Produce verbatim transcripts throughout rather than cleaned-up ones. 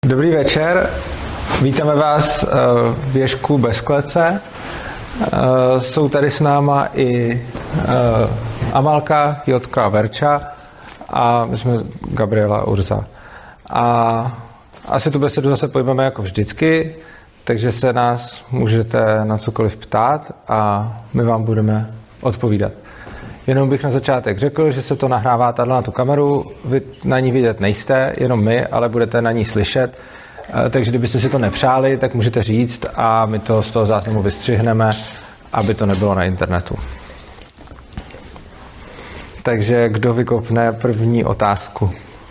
Dobrý večer, vítáme vás v Ježku bez klece. Jsou tady s náma i Amalka, Jotka a Verča a my jsme Gabriela Urza. A asi tu besedu zase pojmeme jako vždycky, takže se nás můžete na cokoliv ptát a my vám budeme odpovídat. Jenom bych na začátek řekl, že se to nahrává tady na tu kameru, vy na ní vidět nejste, jenom my, ale budete na ní slyšet, takže kdybyste si to nepřáli, tak můžete říct a my to z toho záznamu vystřihneme, aby to nebylo na internetu. Takže kdo vykopne první otázku?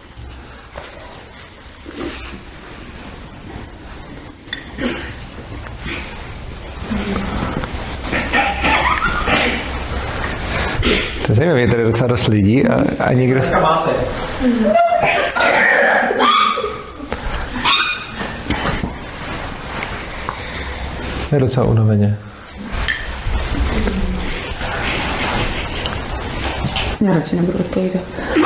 To je zajímavé, je tady docela dost lidí a, a někdo... máte. Je docela unaveně. Já radši nebudu odpovídat.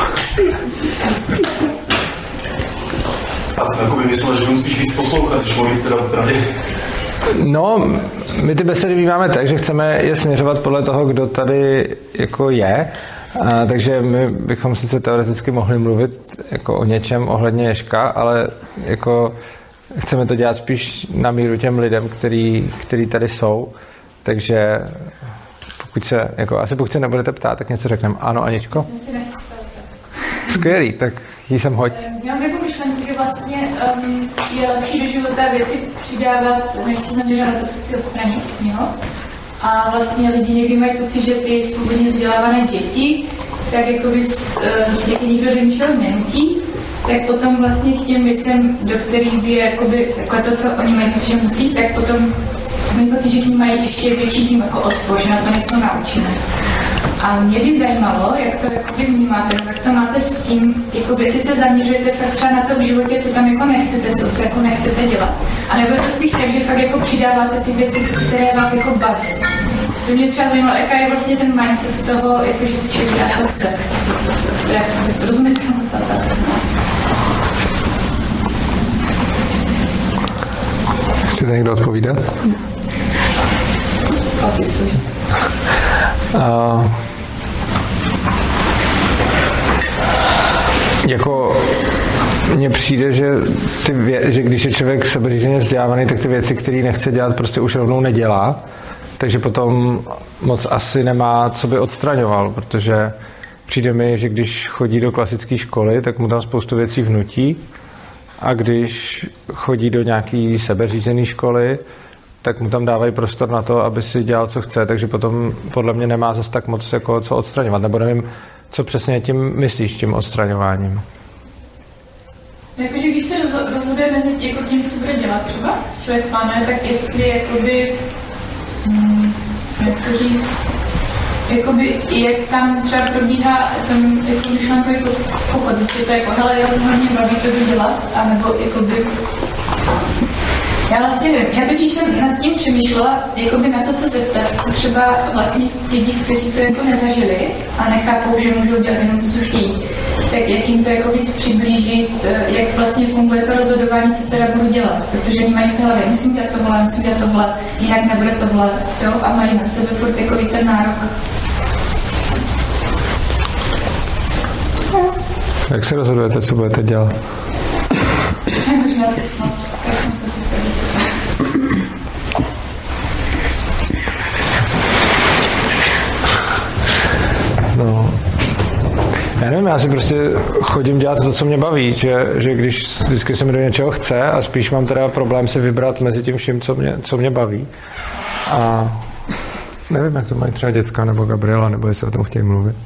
Já jsem jako vymyslel, že budu spíš víc poslouchat, když mluvím teda opravdu. No, my ty besedy máme tak, že chceme je směřovat podle toho, kdo tady jako je. A, takže my bychom sice teoreticky mohli mluvit jako o něčem ohledně Ježka, ale jako chceme to dělat spíš na míru těm lidem, který, který tady jsou. Takže pokud se, jako, asi pokud se nebudete ptát, tak něco řekneme. Ano, Aničko? Skvělý, tak jí sem hoď. Já mám jako myšlenku, že vlastně um, je lepší do života věci přidávat, než se zaměřovat na to, co chci odstranit z něho. A vlastně lidi někdy mají pocit, že ty svobodně vzdělávané děti, tak jako by, uh, jak nikdo do ničeho nenutí, tak potom vlastně k těm věcem, do kterých by jakoby, jako to, co oni mají pocit, že musí, tak potom mají pocit, že k ní mají ještě větší tím jako odpor, že na to nejsou naučené. A mě by zajímalo, jak to jakoby vnímáte, jak to máte s tím, jakoby, jestli se zaměřujete fakt třeba na to v životě, co tam jako nechcete, co, co jako nechcete dělat. A nebo je to spíš tak, že fakt jako přidáváte ty věci, které vás jako baví. To mě třeba zajímalo, jaká je vlastně ten mindset toho, jako, že si člověk dělá, co chce. To je jako srozumitelná otázka. Chcete někdo odpovídat? Asi svůj. Uh, jako mně přijde, že, ty vě- že když je člověk sebeřízeně vzdělávaný, tak ty věci, které nechce dělat, prostě už rovnou nedělá. Takže potom moc asi nemá, co by odstraňoval, protože přijde mi, že když chodí do klasické školy, tak mu tam spoustu věcí vnutí. A když chodí do nějaké sebeřízené školy, tak mu tam dávají prostor na to, aby si dělal, co chce, takže potom podle mě nemá zase tak moc jako co odstraňovat, nebo nevím, co přesně tím myslíš, tím odstraňováním. Jakože když se rozhoduje mezi jako tím, co bude dělat třeba, člověk plánuje, tak jestli jakoby, hm, jak to říct, jakoby, jak tam třeba probíhá ten jako myšlenkový pochod, jestli to jako, hele, já to hodně baví to dělat, anebo jakoby, já vlastně nevím, já totiž jsem nad tím přemýšlela, jakoby na co se zeptat, co třeba vlastně lidi, kteří to jako nezažili a nechápou, že můžou dělat jenom to, co chtějí, tak jak jim to jako víc přiblížit, jak vlastně funguje to rozhodování, co teda budu dělat, protože oni mají v hlavě, musím dělat tohle, musím dělat tohle, jinak nebude tohle, jo, a mají na sebe furt takový ten nárok. Jak se rozhodujete, co budete dělat? Možná to snad, jak jsem se si No, já nevím, já si prostě chodím dělat to, co mě baví, že, že když vždycky se mi do něčeho chce a spíš mám teda problém si vybrat mezi tím vším, co mě, co mě baví. A nevím, jak to mají třeba děcka nebo Gabriela, nebo jestli o tom chtějí mluvit.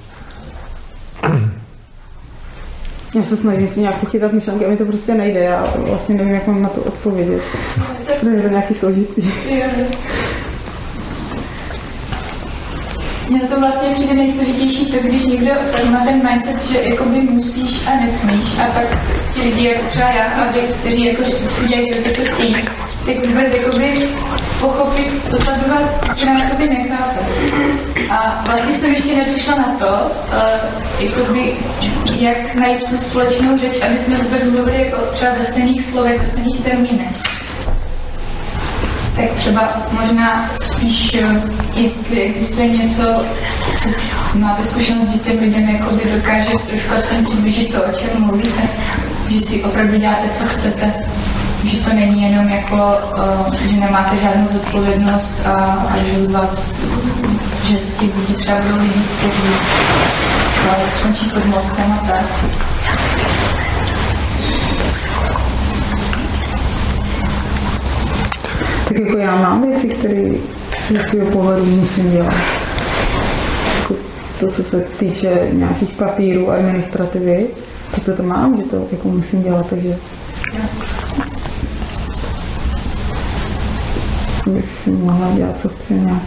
Já se snažím si nějak pochytat myšlenky a mi to prostě nejde. Já vlastně nevím, jak mám na to odpovědět. To je to nějaký složitý. Mně to vlastně přijde nejsložitější to, když někdo tak má ten mindset, že jakoby musíš a nesmíš a pak ti lidi jako třeba já a vy, kteří jako si dělají to, co chtějí, jak vůbec jakoby pochopit, co ta druhá skupina jakoby nechápe. A vlastně jsem ještě nepřišla na to, uh, jakoby, jak najít tu společnou řeč, aby jsme vůbec mluvili jako třeba ve stejných slovech, ve stejných termínech. Tak třeba možná spíš, jestli existuje něco, co máte zkušenost s těm lidem, jakoby dokáže trošku aspoň přiblížit to, o čem mluvíte, že si opravdu děláte, co chcete, že to není jenom jako, že nemáte žádnou zodpovědnost a, a že z vás, že z těch lidí třeba budou lidi, kteří skončí pod mostem a tak. Tak jako já mám věci, které ze svého pohledu musím dělat. Jako to, co se týče nějakých papírů, administrativy, tak to, to mám, že to jako musím dělat, takže bych si mohla dělat, co chci nějak.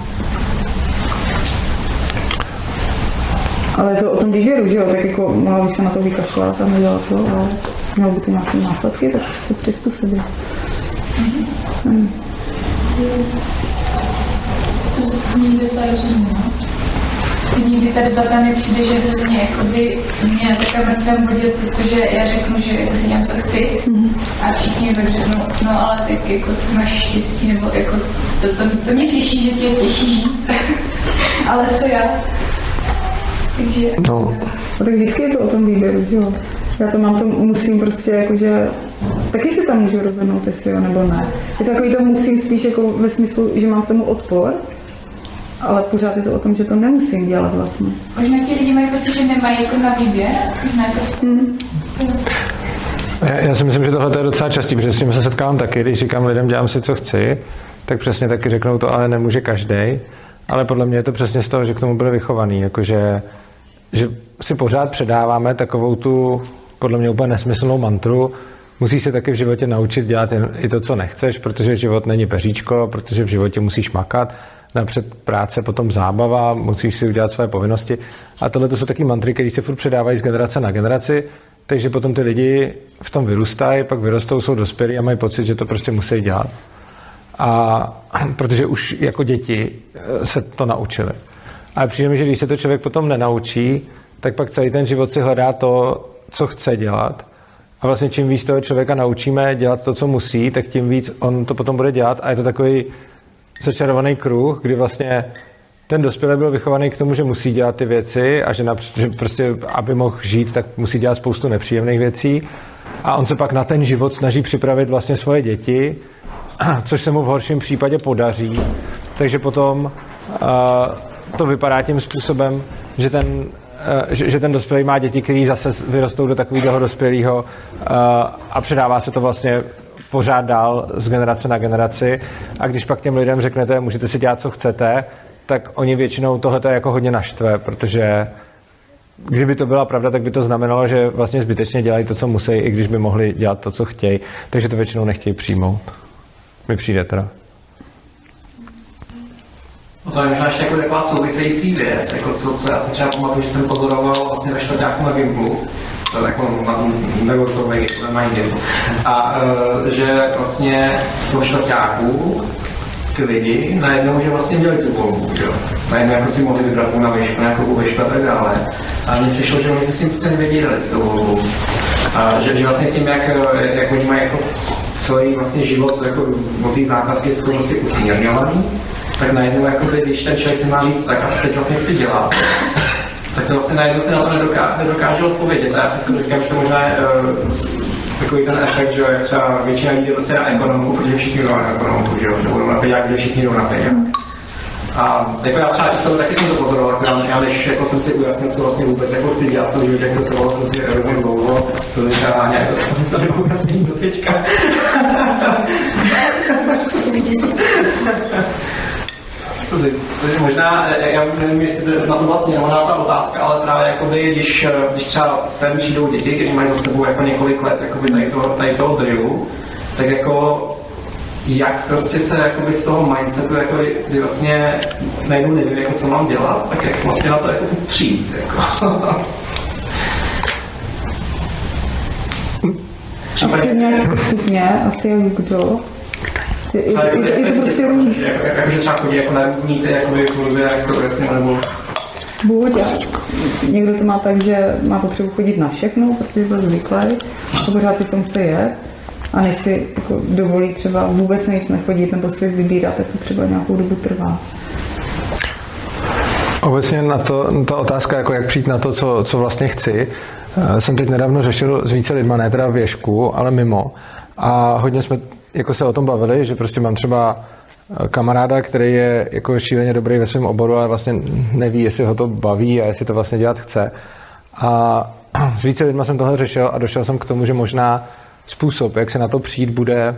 Ale to o tom výběru, že jo, tak jako mohla bych se na to vykašlat a nedělat to, ale mělo by to nějaké následky, tak to přizpůsobit. Hmm. To zní docela rozumně. Někdy ta debata mi přijde, že hrozně jakoby mě na takovém mrtvém bodě, protože já řeknu, že jako si dělám, co chci a všichni tak řeknou, no ale tak jako ty máš štěstí, nebo jako to, to, to mě těší, že tě těší žít, ale co já? Takže... No. A tak vždycky je to o tom výběru, že jo. Já to mám, to musím prostě jakože, taky si tam můžu rozhodnout, jestli jo nebo ne. Je to takový to musím spíš jako ve smyslu, že mám k tomu odpor, ale pořád je to o tom, že to nemusím dělat vlastně. Možná ti lidi mají pocit, že nemají jako na výběr? Možná to... Hmm. Já, já si myslím, že tohle je docela častý, protože s tím se setkávám taky, když říkám lidem, dělám si, co chci, tak přesně taky řeknou to, ale nemůže každej. Ale podle mě je to přesně z toho, že k tomu byli vychovaný, jakože že si pořád předáváme takovou tu, podle mě úplně nesmyslnou mantru, musíš se taky v životě naučit dělat jen i to, co nechceš, protože život není peříčko, protože v životě musíš makat, napřed práce, potom zábava, musíš si udělat své povinnosti. A tohle to jsou taky mantry, které se furt předávají z generace na generaci, takže potom ty lidi v tom vyrůstají, pak vyrostou, jsou dospělí a mají pocit, že to prostě musí dělat. A protože už jako děti se to naučili. Ale přijde mi, že když se to člověk potom nenaučí, tak pak celý ten život si hledá to, co chce dělat. A vlastně čím víc toho člověka naučíme dělat to, co musí, tak tím víc on to potom bude dělat. A je to takový začarovaný kruh, kdy vlastně ten dospělý byl vychovaný k tomu, že musí dělat ty věci a že, např- že prostě, aby mohl žít, tak musí dělat spoustu nepříjemných věcí. A on se pak na ten život snaží připravit vlastně svoje děti, což se mu v horším případě podaří. Takže potom uh, to vypadá tím způsobem, že ten, uh, že, že ten dospělý má děti, který zase vyrostou do takového dospělého uh, a předává se to vlastně pořád dál z generace na generaci. A když pak těm lidem řeknete, můžete si dělat, co chcete, tak oni většinou tohleto jako hodně naštve, protože kdyby to byla pravda, tak by to znamenalo, že vlastně zbytečně dělají to, co musí, i když by mohli dělat to, co chtějí. Takže to většinou nechtějí přijmout. Mi přijde teda. No to je možná ještě jako taková související věc, jako co, co já si třeba pamatuju, že jsem pozoroval vlastně ve čtvrťáku na Gimplu, to jako neworkovej minded, a uh, že vlastně v tom čtvrťáku ty lidi najednou, že vlastně měli tu volbu, jo. Najednou jako si mohli vybrat na výšku, nějakou výšku a tak dále. A mně přišlo, že oni se s tím prostě nevydírali s tou volbou. A že, že vlastně tím, jak, jak oni mají jako celý vlastně život jako od té základky jsou vlastně usměrňovaný, tak najednou, jako když ten člověk si má říct, tak asi teď vlastně chci dělat, tak to vlastně najednou se na to nedokáže, nedokáže odpovědět. A já si skoro říkám, že to možná je uh, takový ten efekt, že jak třeba většina lidí prostě na ekonomiku, protože všichni jdou na ekonomiku, že jo, nebo na peďák, kde všichni jdou na peďák. A jako já třeba jsem, taky jsem to pozoroval, ale než jako jsem si ujasnil, co vlastně vůbec jako chci dělat, to životě, jak to trvalo prostě hrozně dlouho, to třeba Áňa jako to neujasnění do teďka. Takže možná, já nevím, jestli na to vlastně nemá ta otázka, ale právě jakoby, když, když třeba sem přijdou děti, kteří mají za sebou jako několik let jakoby tady, toho, tady toho drillu, tak jako jak prostě se jakoby z toho mindsetu, jako, kdy vlastně najednou nevím, jako, co mám dělat, tak jak vlastně na to jako přijít. Jako. Asi nějak postupně, asi jak kdo. Je, je, je, je, je to prostě různý. Jakože třeba chodí jako na různý ty jakoby kurzy, jak to vlastně nebo... Buď a někdo to má tak, že má potřebu chodit na všechno, protože byl zvyklý a pořád si v tom chce jet. A než si jako dovolí třeba vůbec nic nechodit nebo si vybírat, tak to třeba nějakou dobu trvá. Obecně na to, ta otázka, jako jak přijít na to, co, co vlastně chci, jsem teď nedávno řešil s více lidma, ne teda v Ježku, ale mimo. A hodně jsme jako se o tom bavili, že prostě mám třeba kamaráda, který je jako šíleně dobrý ve svém oboru, ale vlastně neví, jestli ho to baví a jestli to vlastně dělat chce. A s více lidma jsem tohle řešil a došel jsem k tomu, že možná způsob, jak se na to přijít, bude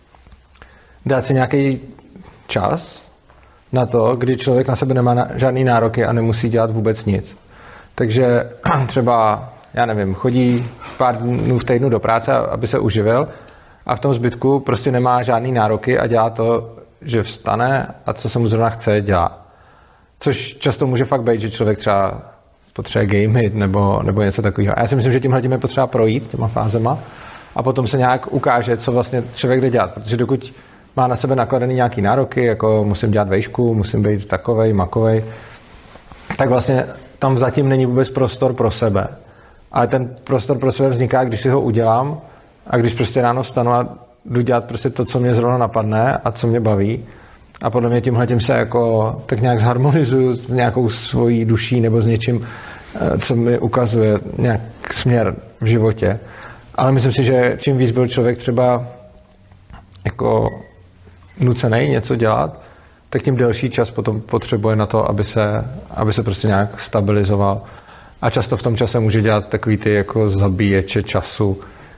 dát si nějaký čas na to, kdy člověk na sebe nemá žádný nároky a nemusí dělat vůbec nic. Takže třeba, já nevím, chodí pár dnů v týdnu do práce, aby se uživil a v tom zbytku prostě nemá žádný nároky a dělá to, že vstane a co se mu zrovna chce, dělá. Což často může fakt být, že člověk třeba potřebuje gameit nebo, nebo něco takového. A já si myslím, že tímhle tím je potřeba projít těma fázema a potom se nějak ukáže, co vlastně člověk jde dělat. Protože dokud má na sebe nakladený nějaký nároky, jako musím dělat vejšku, musím být takovej, makovej, tak vlastně tam zatím není vůbec prostor pro sebe. Ale ten prostor pro sebe vzniká, když si ho udělám a když prostě ráno vstanu a jdu dělat prostě to, co mě zrovna napadne a co mě baví. A podle mě tímhletím se jako tak nějak zharmonizuju s nějakou svojí duší nebo s něčím, co mi ukazuje nějak směr v životě. Ale myslím si, že čím víc byl člověk třeba jako nucený něco dělat, tak tím delší čas potom potřebuje na to, aby se, aby se prostě nějak stabilizoval. A často v tom čase může dělat takový ty jako zabíječe času,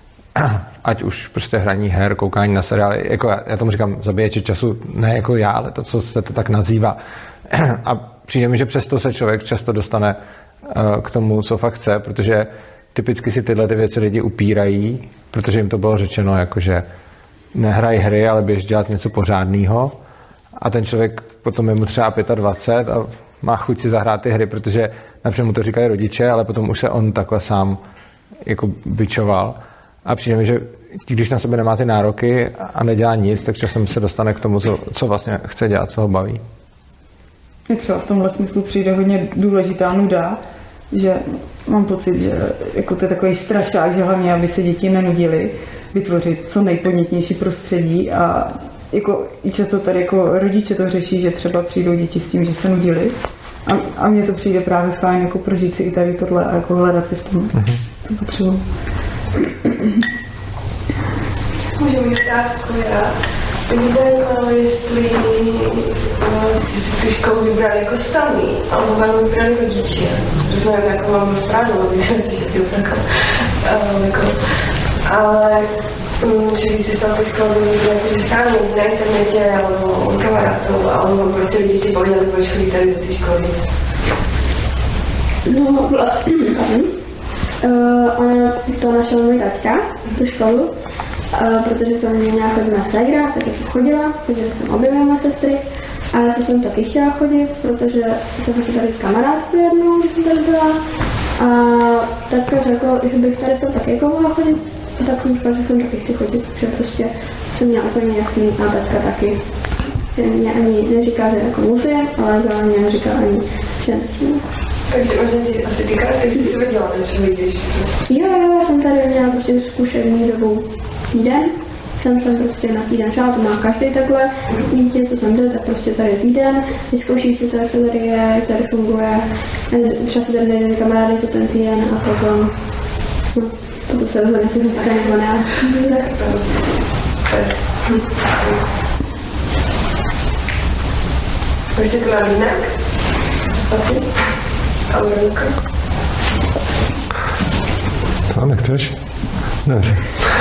ať už prostě hraní her, koukání na seriály, jako já, já tomu říkám zabíječe času, ne jako já, ale to, co se to tak nazývá. A přijde mi, že přesto se člověk často dostane uh, k tomu, co fakt chce, protože typicky si tyhle ty věci lidi upírají, protože jim to bylo řečeno, jakože nehraj hry, ale běž dělat něco pořádného. A ten člověk potom je mu třeba dvacet pět a má chuť si zahrát ty hry, protože například mu to říkají rodiče, ale potom už se on takhle sám jako bičoval. A přijde mi, že když na sebe nemá ty nároky a nedělá nic, tak časem se dostane k tomu, co, co vlastně chce dělat, co ho baví. Mě třeba v tomhle smyslu přijde hodně důležitá nuda, že mám pocit, že jako to je takový strašák, že hlavně, aby se děti nenudily, vytvořit co nejpodnětnější prostředí a jako i často tady jako rodiče to řeší, že třeba přijdou děti s tím, že se nudili a, a mně to přijde právě fajn jako prožít si i tady tohle a jako hledat si v tom, mm-hmm. co potřebuji. Můžu mít otázku, já. Mě zajímalo, jestli jste si tu školu vybrali jako sami, alebo vám vybrali rodiče. To nevím, jako mám rozprávu, aby jsem si to jako, jako, ale že vy jste se na tu školu vybrali jakože sami na internete, alebo od kamarátov, alebo vám prostě rodiče povedali, proč chodí tady do té školy. No, vlastně, uh, ona to našla můj taťka, tu školu. Uh, protože jsem měla chodit na ségra, takže jsem chodila, takže jsem obě mé sestry a já jsem taky chtěla chodit, protože jsem chtěla tady kamarádku jednou, když jsem tady byla a tatka řekla, že bych tady jsem taky jako mohla chodit a tak jsem říkala, že jsem taky chci chodit, že prostě jsem měla úplně jasný a tatka taky. Že mě ani neříká, že jako musím, ale zároveň neříká ani, že nesmím. Takže možná ti asi týká, takže jsi věděla, že vyjdeš. Jo, jo, já jsem tady měla prostě zkušený dobu týden. Jsem sem prostě na týden šla, to má každý takhle. Dítě, co jsem jde, tak prostě tady týden. Vyzkoušíš si to, jak to tady je, jak tady funguje. Třeba si tady nejde kamarády za ten týden a potom... No, potom se rozhodně si to tady zvoné. Už jste to mám jinak? Asi? A Veronika? Co, nechceš? Dobře.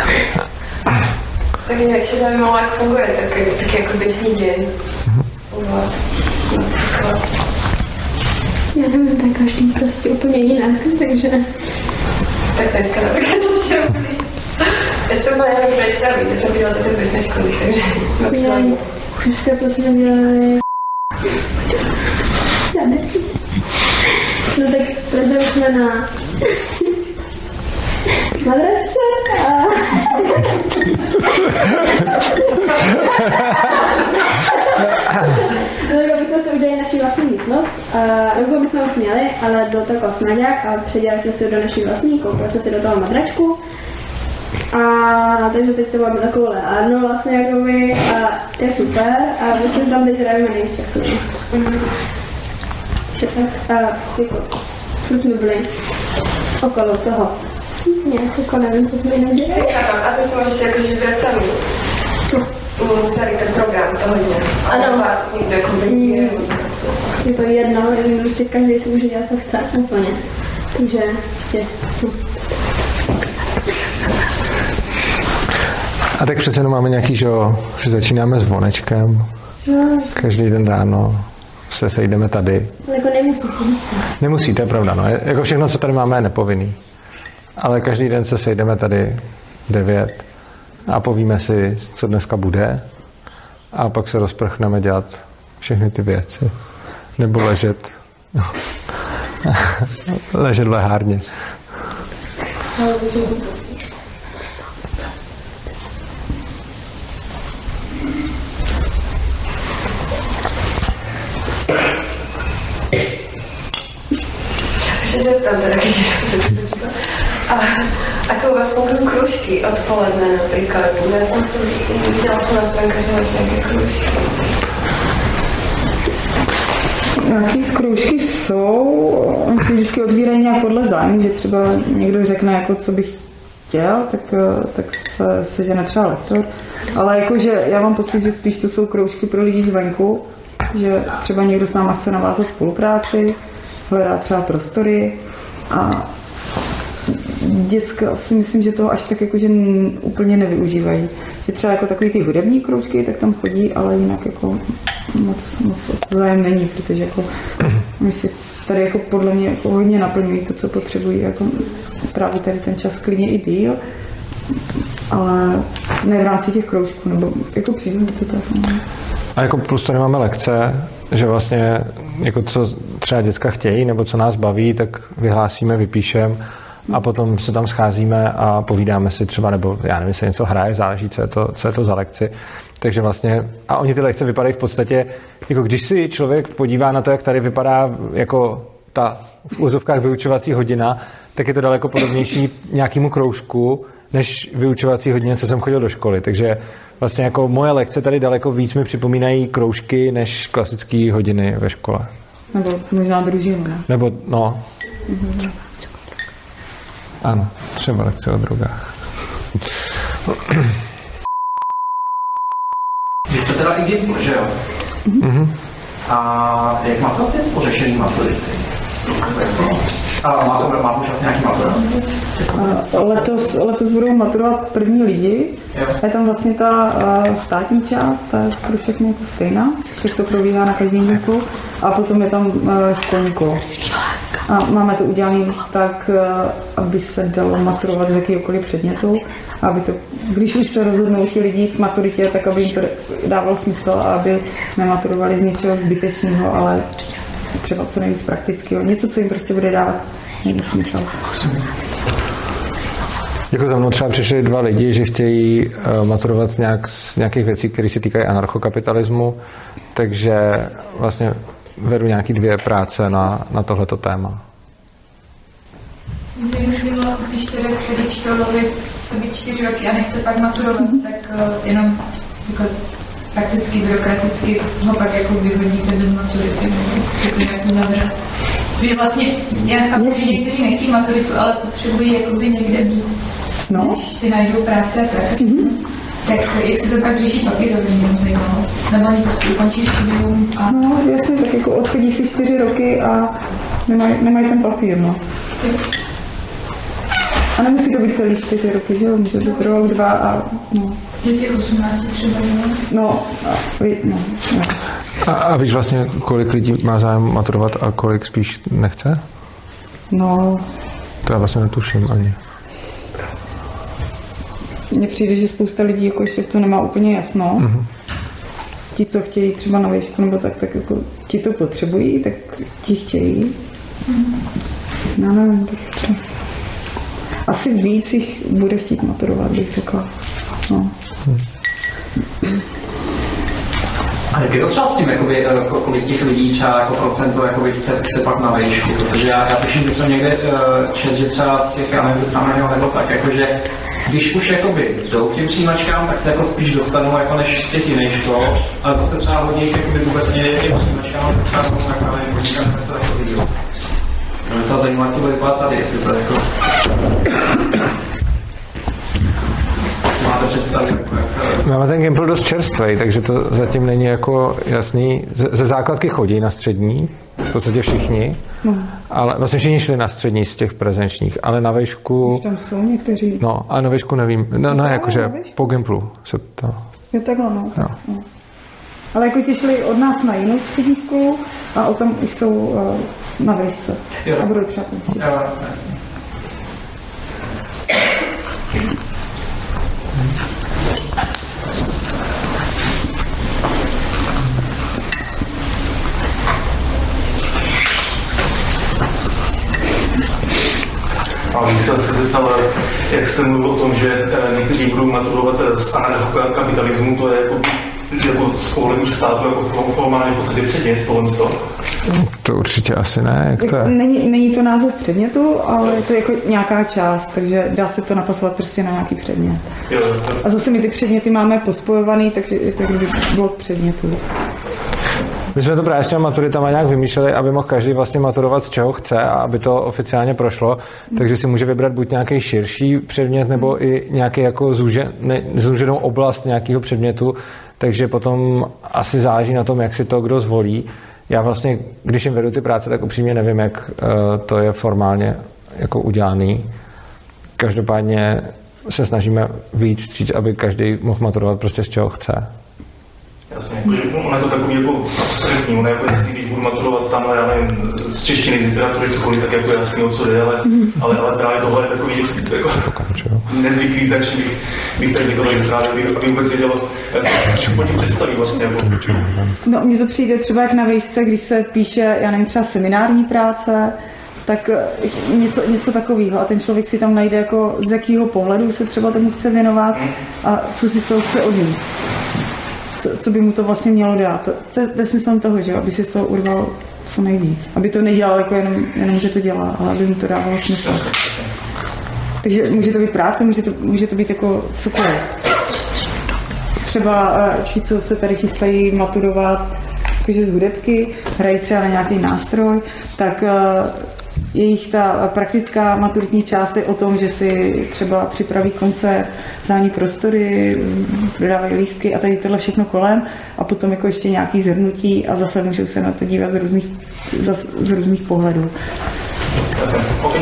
Tak mě ještě zajímalo, jak funguje taky, taky jako běžný den u vás. Já nevím, tak každý prostě úplně jinak, takže... Tak dneska například, co jste robili? Já jsem byla jenom představit, já jsem viděla do té běžné školy, takže například. Dneska co jsme dělali... Já nevím. No tak prošli jsme na... madrasce a... Uh, nebo bychom už měli, ale byl to kosmeďák a předělali jsme si ho do naší vlastní, koupili jsme si do toho matračku. A takže teď to máme takovou leárnu vlastně jakoby a je super a my si tam teď hrajeme nejvíc času. Mm-hmm. A jako, furt jsme byli okolo toho. Nějak jako nevím, co jsme jinak dělali. A to jsme ještě jakože vybrat sami. Co? Tady ten program toho dne. Ano. Vás někdo jako vidí. Je to jedno, jen prostě každý si může dělat, co chce úplně. Takže prostě... A tak přece jenom máme nějaký, že, že začínáme s vonečkem. No. Každý den ráno se sejdeme tady. Ale jako nemusí si víc. Nemusí, to je pravda. No. Jako všechno, co tady máme, je nepovinný. Ale každý den se sejdeme tady devět a povíme si, co dneska bude. A pak se rozprchneme dělat všechny ty věci. Nebo ležet. ležet v lehárně. Ještě se tam teda, když a ako u vás fungují kružky odpoledne například? Já jsem se viděla jsem na stránkách, že máš nějaké kružky. Nějaké kroužky jsou, oni se vždycky otvírají nějak podle zájmu, že třeba někdo řekne, jako, co bych chtěl, tak, tak se sežene třeba lektor. Ale jakože já mám pocit, že spíš to jsou kroužky pro lidi zvenku, že třeba někdo s náma chce navázat spolupráci, hledá třeba prostory a děcka si myslím, že toho až tak jakože úplně nevyužívají. Že třeba jako takový ty hudební kroužky, tak tam chodí, ale jinak jako moc, moc zájem není, protože jako my si tady jako podle mě jako hodně naplňují to, co potřebují, jako právě tady ten čas klidně i díl, ale ne v rámci těch kroužků, nebo jako přijde to tak. No. A jako plus tady máme lekce, že vlastně jako co třeba děcka chtějí, nebo co nás baví, tak vyhlásíme, vypíšeme a potom se tam scházíme a povídáme si třeba, nebo já nevím, se něco hraje, záleží, co je to, co je to za lekci. Takže vlastně, a oni ty lekce vypadají v podstatě, jako když si člověk podívá na to, jak tady vypadá jako ta v úzovkách vyučovací hodina, tak je to daleko podobnější nějakému kroužku, než vyučovací hodině, co jsem chodil do školy. Takže vlastně jako moje lekce tady daleko víc mi připomínají kroužky, než klasické hodiny ve škole. Nebo možná družinu, ne? Nebo, no. Mm-hmm. Ano, třeba lekce o drogách. Vy jste teda i giml, že jo? Mm-hmm. A jak máte vlastně pořešený maturity? A máte, máte už vlastně nějaký maturát? Letos, letos budou maturovat první lidi. Je tam vlastně ta státní část, ta je pro všechny jako stejná, všechno to probíhá na každém výuku. A potom je tam školní kolo. A máme to udělané tak, aby se dalo maturovat z jakýkoliv předmětu. Aby to, když už se rozhodnou ti lidi k maturitě, tak aby jim to dávalo smysl a aby nematurovali z něčeho zbytečného, ale třeba co nejvíc praktického. Něco, co jim prostě bude dávat nejvíc smysl. Jako za mnou třeba přišli dva lidi, že chtějí uh, maturovat nějak z nějakých věcí, které se týkají anarchokapitalismu, takže vlastně vedu nějaký dvě práce na, na tohleto téma. Mě zajímalo, když teda který čtelovi se být čtyři roky a nechce pak maturovat, tak uh, jenom jako prakticky, byrokraticky ho pak jako vyhodíte bez maturity, nebo si to nějak uzavře. Protože vlastně já chápu, že někteří nechtějí maturitu, ale potřebují jakoby někde být, no. Když si najdou práce a tak. Mm-hmm. Tak jak se to pak řeší papírovně, mě zajímalo. Nebo oni prostě ukončí studium a... No jasně, tak jako odchodí si čtyři roky a nemají nemaj ten papír, no. A nemusí to být celý čtyři roky, že jo? Může to trvat dva a... No. Do těch osmnácti třeba, ne? No, a, no, no. A, a víš vlastně, kolik lidí má zájem maturovat a kolik spíš nechce? No... To já vlastně netuším ani. Mně přijde, že spousta lidí jako ještě to nemá úplně jasno. Mm-hmm. Ti, co chtějí třeba na výšku nebo tak, tak jako ti to potřebují, tak ti chtějí. Mm-hmm. No nevím, tak třeba. Asi víc jich bude chtít maturovat, bych řekla. No. Hmm. A jak je to třeba s tím, jakoby, kolik těch lidí třeba jako procento jakoby, chce, chce pak na vejšku? Protože já, já tuším, že jsem někde uh, čet, že třeba z těch, já nevím, ze samého nebo tak, jakože když už jakoby jdou k těm přijímačkám, tak se jako spíš dostanou jako než z těch jiných škol, ale zase třeba hodně jich jakoby vůbec nejde k těm přijímačkám, tak třeba tomu jak nevím, musím něco takového. Mě docela zajímá, jak to bude vypadat tady, jestli to jako... Máte představu, jako, jak... Máme ten Gimpl dost čerstvý, takže to zatím není jako jasný. Ze, ze základky chodí na střední, v podstatě všichni, no. Ale vlastně všichni šli na střední z těch prezenčních, ale na vejšku... Už tam jsou někteří. No, ale na vejšku nevím. No, no jakože po Gimplu se to... Jo, takhle, no. Jo. no. Ale jakože šli od nás na jinou střední školu a o tom už jsou uh, na vejšce. Jo. A budou třeba tam přijít. Jo, jasně. A když jsem se zeptal, jak jste mluvil o tom, že někteří budou maturovat z anarchokapitalismu, to je jako, jako z pohledu státu jako formálně v podstatě předmět tohle z toho? To určitě asi ne, jak to je? Není, není to název předmětu, ale je to jako nějaká část, takže dá se to napasovat prostě na nějaký předmět. Jo, to... A zase my ty předměty máme pospojovaný, takže je to kdyby blok předmětů. My jsme to právě s těma maturitama nějak vymýšleli, aby mohl každý vlastně maturovat z čeho chce a aby to oficiálně prošlo, takže si může vybrat buď nějaký širší předmět nebo i nějaký jako zúžen, ne, zúženou oblast nějakého předmětu, takže potom asi záleží na tom, jak si to kdo zvolí. Já vlastně, když jim vedu ty práce, tak upřímně nevím, jak uh, to je formálně jako udělaný. Každopádně se snažíme víc vstříc, aby každý mohl maturovat prostě z čeho chce. Jasně, jakože ono je to takový jako abstraktní, ono jako jestli když budu maturovat tamhle, já nevím, z češtiny, z literatury, cokoliv, tak jako jasný, o co jde, ale, ale, ale právě tohle je takový jako nezvyklý značný, bych, bych tady někoho právě, bych, abych vůbec věděl, co si pod tím představí vlastně. Jako. No, mně to přijde třeba jak na vejšce, když se píše, já nevím, třeba seminární práce, tak něco, něco takového. A ten člověk si tam najde, jako z jakého pohledu se třeba tomu chce věnovat a co si z toho chce odnít. Co, co by mu to vlastně mělo dát. To, to je smyslem toho, že aby si z toho urval co nejvíc. Aby to nedělal jako jenom, jenom že to dělá, ale aby mu to dávalo smysl. Takže může to být práce, může to, může to být jako cokoliv. Třeba ti, co se tady chystají maturovat jakože z hudebky, hrají třeba na nějaký nástroj, tak jejich ta praktická maturitní část je o tom, že si třeba připraví koncert, zání prostory, prodávají lístky a tady tohle všechno kolem a potom jako ještě nějaký zhrnutí a zase můžou se na to dívat z různých, z různých pohledů. Okay.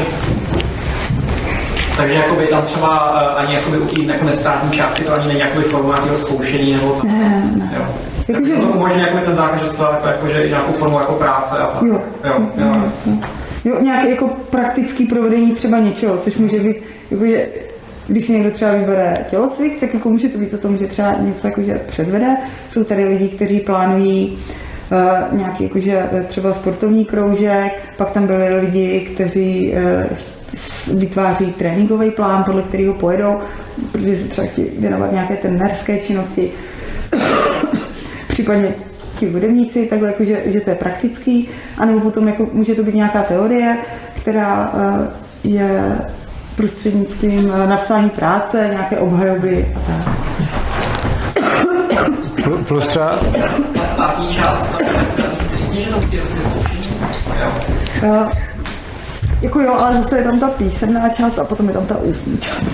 Takže jakoby tam třeba ani jakoby u té jako nestátní části to ani není jakoby formálního zkoušení nebo to. Ne, ne. Jo. Jako, že... To umožňuje jakoby ten zákon, že to jako, jako, že nějakou formu jako práce a tak. Jo, jo, jo, jo. jo. Jo, nějaké jako praktické provedení třeba něčeho, což může být, jakože, když si někdo třeba vybere tělocvik, tak jako může to být o tom, že třeba něco jakože předvede. Jsou tady lidi, kteří plánují uh, nějaký jakože třeba sportovní kroužek, pak tam byli lidi, kteří uh, vytváří tréninkový plán, podle kterého pojedou, protože se třeba chtějí věnovat nějaké trenérské činnosti. Případně ti hudebníci, takhle jako, že, že to je praktický, anebo potom jako, může to být nějaká teorie, která uh, je prostřednictvím uh, napsání práce, nějaké obhajoby a tak. Plus třeba... Ta státní část, že to musí prostě zkoušení. Uh, jako jo, ale zase je tam ta písemná část a potom je tam ta ústní část.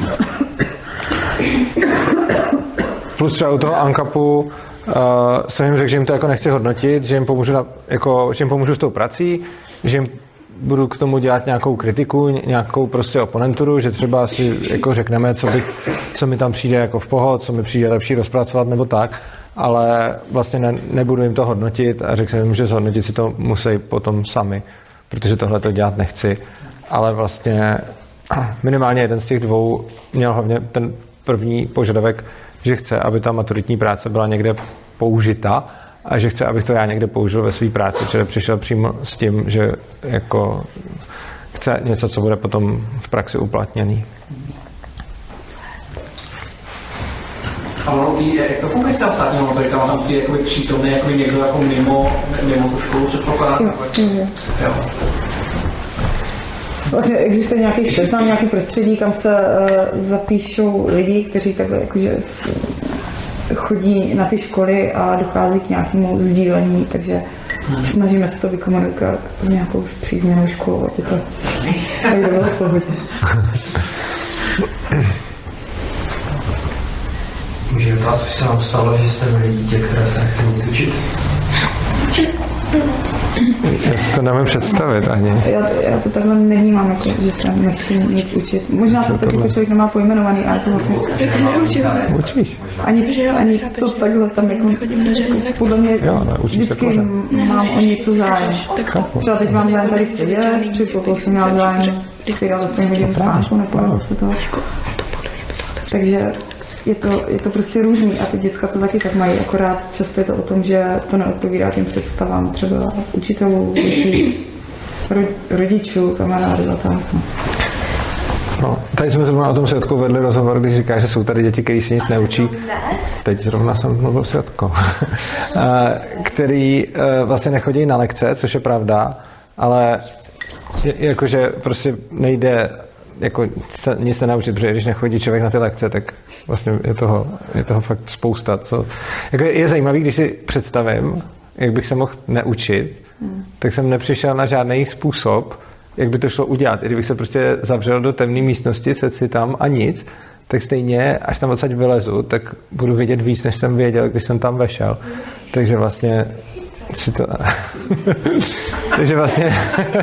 Plus třeba u toho ANCAPu Uh, jsem jim řekl, že jim to jako nechci hodnotit, že jim pomůžu, na, jako, že jim pomůžu s tou prací, že jim budu k tomu dělat nějakou kritiku, nějakou prostě oponenturu, že třeba si jako řekneme, co, bych, co mi tam přijde jako v pohod, co mi přijde lepší rozpracovat nebo tak, ale vlastně ne, nebudu jim to hodnotit a řekl jsem jim, že zhodnotit si to musí potom sami, protože tohle to dělat nechci, ale vlastně minimálně jeden z těch dvou měl hlavně ten první požadavek, že chce, aby ta maturitní práce byla někde použita a že chce, abych to já někde použil ve své práci, čili přišel přímo s tím, že jako chce něco, co bude potom v praxi uplatněný. A ono tý, jak to funguje s státní maturita, tam přijde jakoby přítomný jakoby někdo jako mimo, mimo tu školu předpokládá? Jo, jo. Jo. Vlastně existuje nějaký seznam, nějaký prostředí, kam se uh, zapíšou lidi, kteří takhle jakože chodí na ty školy a dochází k nějakému sdílení, takže hmm. snažíme se to vykomunikovat s nějakou zpřízněnou školou, ať je to, aby to bylo v pohodě. Může vás už se vám stalo, že jste byli dítě, které se nechce nic učit? Já si to nemůžu představit ani. Já, já to takhle nevnímám, jako, že se nechci nic učit. Možná to taky člověk nemá pojmenovaný, ale to vlastně... Učíš? Ani, ani to takhle tam jako... Podle mě jo, ne, vždycky mám o něco zájem. Třeba teď mám zájem tady sedět, před pokou jsem měla zájem si dát aspoň hodinu spánku, nepojela se to. Takže je to, je to prostě různý a ty děcka to taky tak mají, akorát často je to o tom, že to neodpovídá těm představám třeba učitelů, lidí, rodičů, kamarádů a tak. No. No, tady jsme zrovna o tom s Jotkou vedli rozhovor, když říká, že jsou tady děti, který si nic neučí. Teď zrovna jsem mluvil s Jotkou. Který vlastně nechodí na lekce, což je pravda, ale jakože prostě nejde jako se, nic nenaučit, protože když nechodí člověk na ty lekce, tak vlastně je toho, je toho fakt spousta. Co, jako je, je zajímavý, když si představím, jak bych se mohl neučit, hmm. tak jsem nepřišel na žádný způsob, jak by to šlo udělat. I kdybych se prostě zavřel do temné místnosti, sedl si tam a nic, tak stejně, až tam odsaď vylezu, tak budu vědět víc, než jsem věděl, když jsem tam vešel. Takže vlastně si to... Takže vlastně...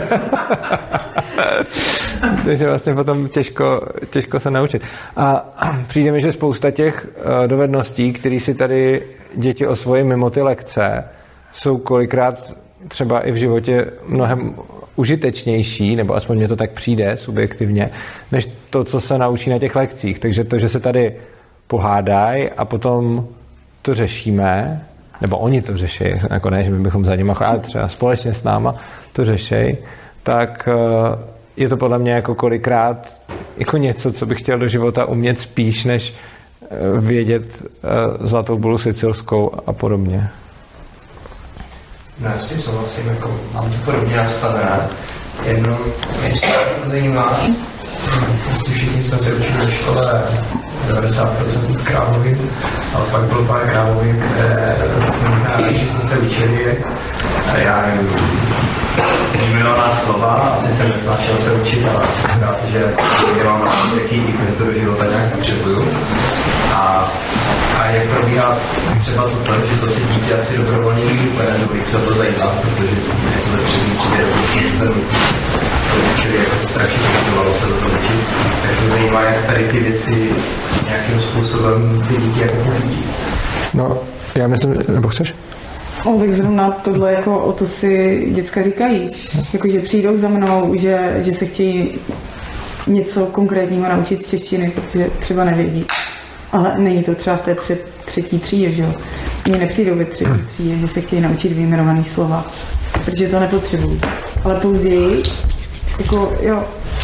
Takže vlastně potom těžko, těžko se naučit. A přijde mi, že spousta těch dovedností, které si tady děti osvojí mimo ty lekce, jsou kolikrát třeba i v životě mnohem užitečnější, nebo aspoň mně to tak přijde subjektivně, než to, co se naučí na těch lekcích. Takže to, že se tady pohádají a potom to řešíme, nebo oni to řeší, jako ne, že my bychom za nimi chodili, třeba společně s náma to řeší, tak je to podle mě jako kolikrát jako něco, co bych chtěl do života umět spíš, než vědět zlatou bulu sicilskou a podobně. No, já s tím souhlasím, jako mám to podobně nastavené. Jednou mě to zajímá, asi všichni jsme se učili ve škole devadesát procent krávovým, ale pak bylo pár krávovým, které jsme se učili, a já nevím, výjmenovaná slova, asi jsem nesnášel se učit, ale asi jsem rád, že mám nějaký že to do života nějak potřebuju. A, a jak probíhá třeba to to, že to si dítě asi dobrovolně nikdy úplně nedovolí se o to zajímat, protože je to ve přední třídě dokonce ten čili jako to strašně zbytovalo se do toho učit, tak to zajímá, jak tady ty věci nějakým způsobem ty děti jako pohlídí. No, já myslím, nebo chceš? No, tak zrovna tohle jako o to si děcka říkají. Jakože přijdou za mnou, že, že se chtějí něco konkrétního naučit z češtiny, protože třeba nevědí. Ale není to třeba v té před třetí třídě, že jo? Oni nepřijdou ve třetí třídě, že se chtějí naučit vyjmenovaný slova, protože to nepotřebují. Ale později, jako jo.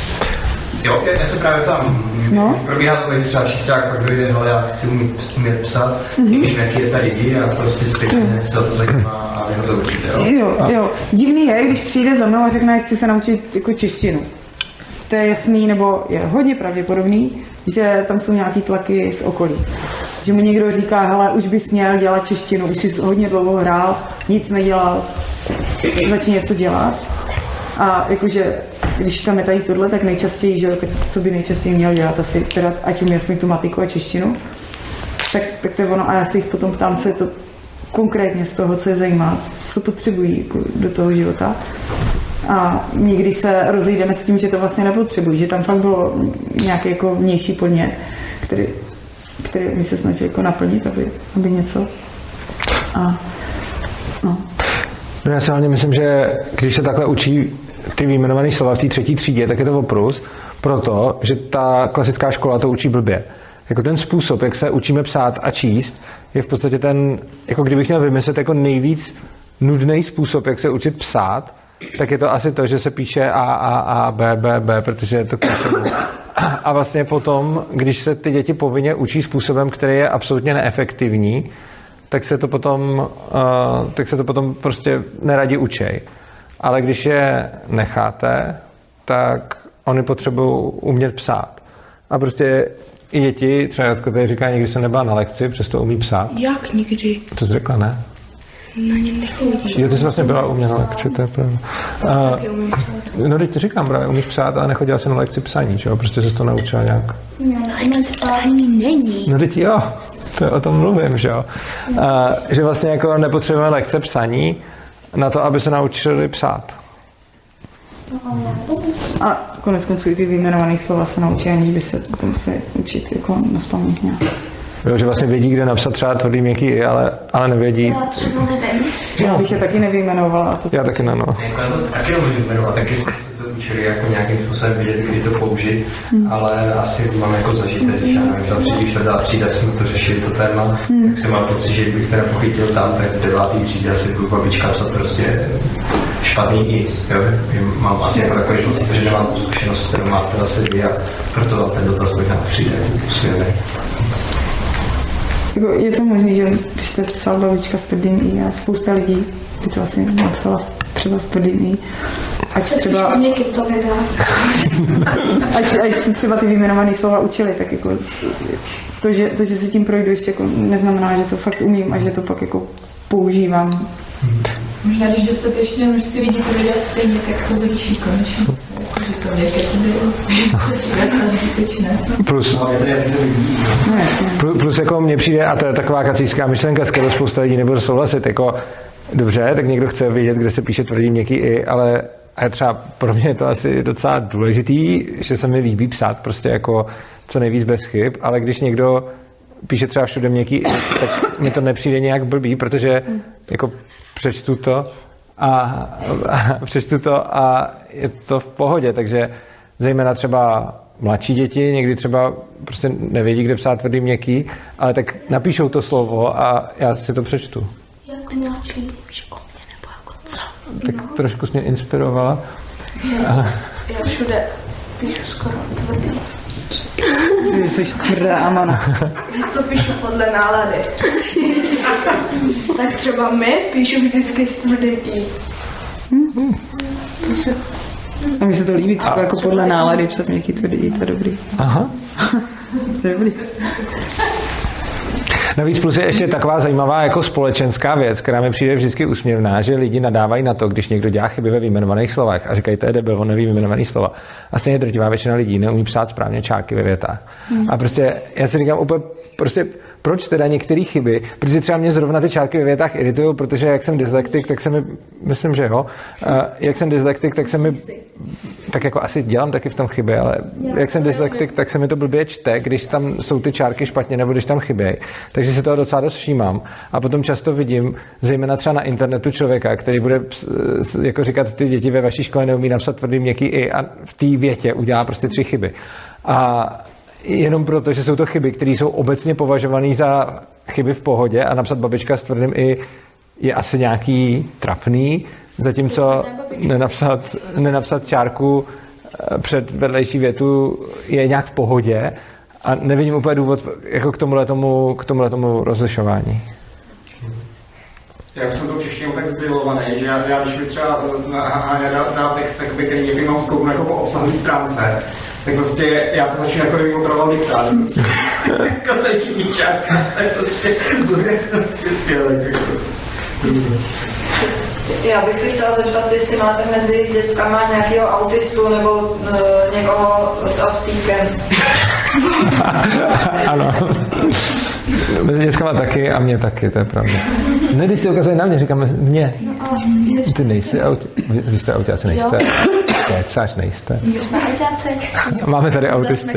Jo, já se právě tam no? probíhá to, že třeba šesták pak dojde, hele, já chci umět, umět psát, mm-hmm. nevím, jaký je tady lidi a prostě stejně se to zajímá a vy ho to učíte, jo? Jo, jo. Divný je, když přijde za mnou a řekne, chci se naučit jako češtinu. To je jasný, nebo je hodně pravděpodobný, že tam jsou nějaký tlaky z okolí. Že mu někdo říká, hele, už bys měl dělat češtinu, už jsi hodně dlouho hrál, nic nedělal, začni něco dělat. A jakože, když tam je tady tohle, tak nejčastěji, že tak co by nejčastěji měl dělat, asi teda, ať umí aspoň tu matiku a češtinu, tak, tak to je ono. A já se jich potom ptám, co je to konkrétně z toho, co je zajímá, co potřebují jako do toho života. A my, když se rozejdeme s tím, že to vlastně nepotřebují, že tam fakt bylo nějaký jako vnější podnět, který, který my se snažili jako naplnit, aby, aby něco. A, no. No já si hlavně myslím, že když se takhle učí ty vyjmenované slova v té třetí třídě, tak je to oprus, proto, že ta klasická škola to učí blbě. Jako ten způsob, jak se učíme psát a číst, je v podstatě ten, jako kdybych měl vymyslet jako nejvíc nudný způsob, jak se učit psát, tak je to asi to, že se píše A, A, A, B, B, B, protože je to klíčové. A vlastně potom, když se ty děti povinně učí způsobem, který je absolutně neefektivní, tak se to potom, uh, tak se to potom prostě neradi učej. Ale když je necháte, tak oni potřebují umět psát. A prostě i děti, třeba Jacko tady říká, nikdy jsem nebyla na lekci, přesto umí psát. Jak nikdy? To jsi řekla, ne? Na něm nechodí. Jo, ty jsi vlastně byla u mě na lekci, to je pravda. Uh, no, teď ti říkám, právě umíš psát, ale nechodila jsem na lekci psaní, čo? Prostě se to naučila nějak. Ale psaní není. No, teď jo, to o tom mluvím, že jo. Uh, že vlastně jako nepotřebujeme lekce psaní na to, aby se naučili psát. A konec konců i ty vyjmenované slova se naučí, aniž by se to museli učit jako nazpamět nějak. Jo, že vlastně vědí, kde napsat třeba tvrdý měkký i, ale, ale nevědí. Já třeba nevím. Já bych je taky nevyjmenovala. To Já taky ne, no. Já to taky umím vyjmenovat, taky jsme to učili jako nějakým způsobem vidět, kdy to použít, hmm. ale asi mám jako zažité, když já nevím, tam třetí, čtvrtá třída jsme to řešili, to téma, hmm. tak jsem mám pocit, že bych teda pochytil tam, tak v devátý třídě asi budu babička psat prostě špatný i, jo, mám asi jako takový pocit, že nemám tu zkušenost, kterou máte asi vy a proto ten dotaz možná přijde usměrný. Jako je to možné, že byste psal babička s tvrdým i a spousta lidí by to asi napsala třeba s tvrdým i. Ať třeba, ať, ať se třeba ty vyjmenované slova učili, tak jako to, že, to, že se tím projdu ještě jako neznamená, že to fakt umím a že to pak jako používám. Možná, když dostatečně množství lidí to vidět stejně, tak to zvýší konečně. Že to věk je to zbytečné. Plus, plus, plus jako mně přijde, a to je taková kacířská myšlenka, s kterou spousta lidí nebude souhlasit, jako dobře, tak někdo chce vědět, kde se píše tvrdý měkký i, ale a třeba pro mě je to asi docela důležitý, že se mi líbí psát prostě jako co nejvíc bez chyb, ale když někdo píše třeba všude měkký i, tak mi to nepřijde nějak blbý, protože jako přečtu to a, a přečtu to a je to v pohodě, takže zejména třeba mladší děti někdy třeba prostě nevědí, kde psát tvrdý měkký, ale tak napíšou to slovo a já si to přečtu. Jak mladší? Víš o mě nebo jako co? Tak no. Trošku jsi mě inspirovala. Já, já všude píšu skoro tvrdý. Ty jsi tvrdá Amana. Já to píšu podle nálady. Tak třeba my píšu vždycky s tvrdým i. Hmm. A mi se to líbí, třeba jako podle nálady psat měkký tvrdý, to je dobrý. Aha. To je dobrý. Navíc plus je ještě taková zajímavá jako společenská věc, která mi přijde vždycky úsměvná, že lidi nadávají na to, když někdo dělá chyby ve vyjmenovaných slovech a říkají, to je debil, on neví vyjmenovaný slova. A stejně drtivá většina lidí neumí psát správně čárky ve větách. Hmm. A prostě já si říkám úplně, prostě proč teda některé chyby, protože třeba mě zrovna ty čárky ve větách iritují, protože jak jsem dyslektik, tak se mi, myslím, že jo, uh, jak jsem dyslektik, tak se mi, tak jako asi dělám taky v tom chyby, ale jak jsem dyslektik, tak se mi to blbě čte, když tam jsou ty čárky špatně nebo když tam chybějí. Takže si toho docela dost všímám. A potom často vidím, zejména třeba na internetu člověka, který bude jako říkat, ty děti ve vaší škole neumí napsat tvrdý měkký i a v té větě udělá prostě tři chyby. A jenom proto, že jsou to chyby, které jsou obecně považované za chyby v pohodě a napsat babička s tvrdým i je asi nějaký trapný, zatímco nenapsat, nenapsat čárku před vedlejší větu je nějak v pohodě a nevidím úplně důvod jako k tomuhle tomu, k tomuhle tomu rozlišování. Já už jsem to češtinou tak zdrilovaný, že já, já když mi třeba dá, dá text, tak by který někdy mám zkouknu jako po obsahové stránce, tak prostě já to začnu jako kdyby opravdu diktát, prostě jako tady kníčátka, tak prostě bude jsem si skvělý. Já bych se chtěla zeptat, jestli máte mezi dětskama nějakého autistu nebo uh, někoho s Aspíkem. Ano. Mezi dětskama taky a mě taky, to je pravda. Ne, když si ukazuje na mě, říkáme mě. Ty nejsi aut... Vy, vy jste autáci, nejste. Kecáš, nejste. My jsme autáci. Máme tady autisty.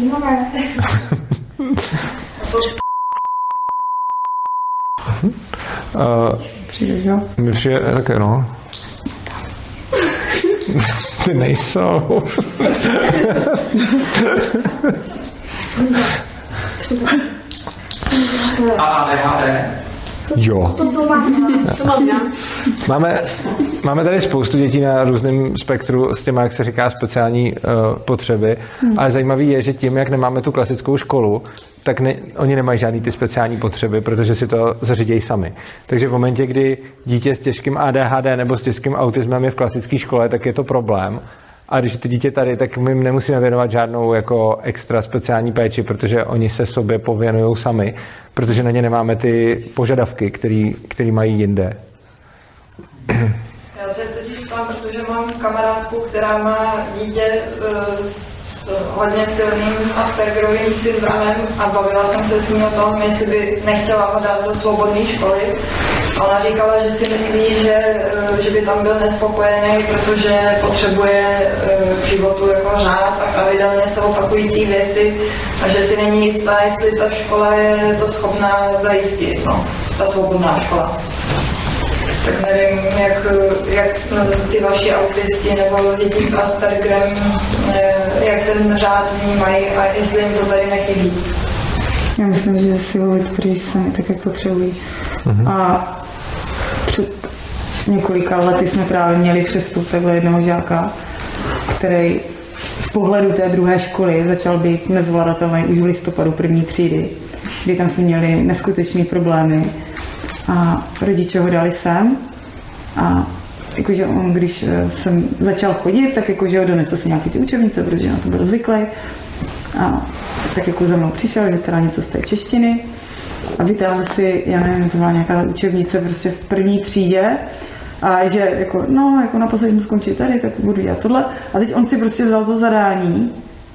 Uh, Přijdeš, jo? mi přijde také, no. Ty nejsou. A A D H D? Jo. To doma, to mám já. Máme, máme tady spoustu dětí na různém spektru s těma, jak se říká, speciální uh, potřeby, hmm. ale zajímavý je, že tím, jak nemáme tu klasickou školu, tak ne, oni nemají žádný ty speciální potřeby, protože si to zařídějí sami. Takže v momentě, kdy dítě s těžkým A D H D nebo s těžkým autismem je v klasické škole, tak je to problém. A když je to dítě tady, tak my nemusíme věnovat žádnou jako extra speciální péči, protože oni se sobě pověnují sami, protože na ně nemáme ty požadavky, který, který mají jinde. Já se totiž ptám, protože mám kamarádku, která má dítě s hodně silným Aspergerovým syndromem a bavila jsem se s ní o tom, jestli by nechtěla ho dát do svobodné školy. Ona říkala, že si myslí, že, že by tam byl nespokojený, protože potřebuje k životu jako řád a pravidelně se opakující věci a že si není jistá, jestli ta škola je to schopná zajistit, no, ta svobodná škola. Tak nevím, jak, jak ty vaši autisti nebo děti s Aspergerem, jak ten řád vnímají a jestli jim to tady nechybí. Já myslím, že si volit, protože sami tak, jak potřebují. Mm-hmm. A před několika lety jsme právě měli přestup takhle jednoho žáka, který z pohledu té druhé školy začal být nezvladatelný už v listopadu první třídy, kdy tam jsme měli neskutečné problémy a rodiče ho dali sem a jakože on, když jsem začal chodit, tak jakože ho donesl si nějaký ty učebnice, protože na to byl zvyklý a tak jako za mnou přišel, že teda něco z té češtiny a vytáhl si, já nevím, to byla nějaká učebnice prostě v první třídě a že jako, no, jako naposled mu skončí tady, tak budu dělat tohle a teď on si prostě vzal to zadání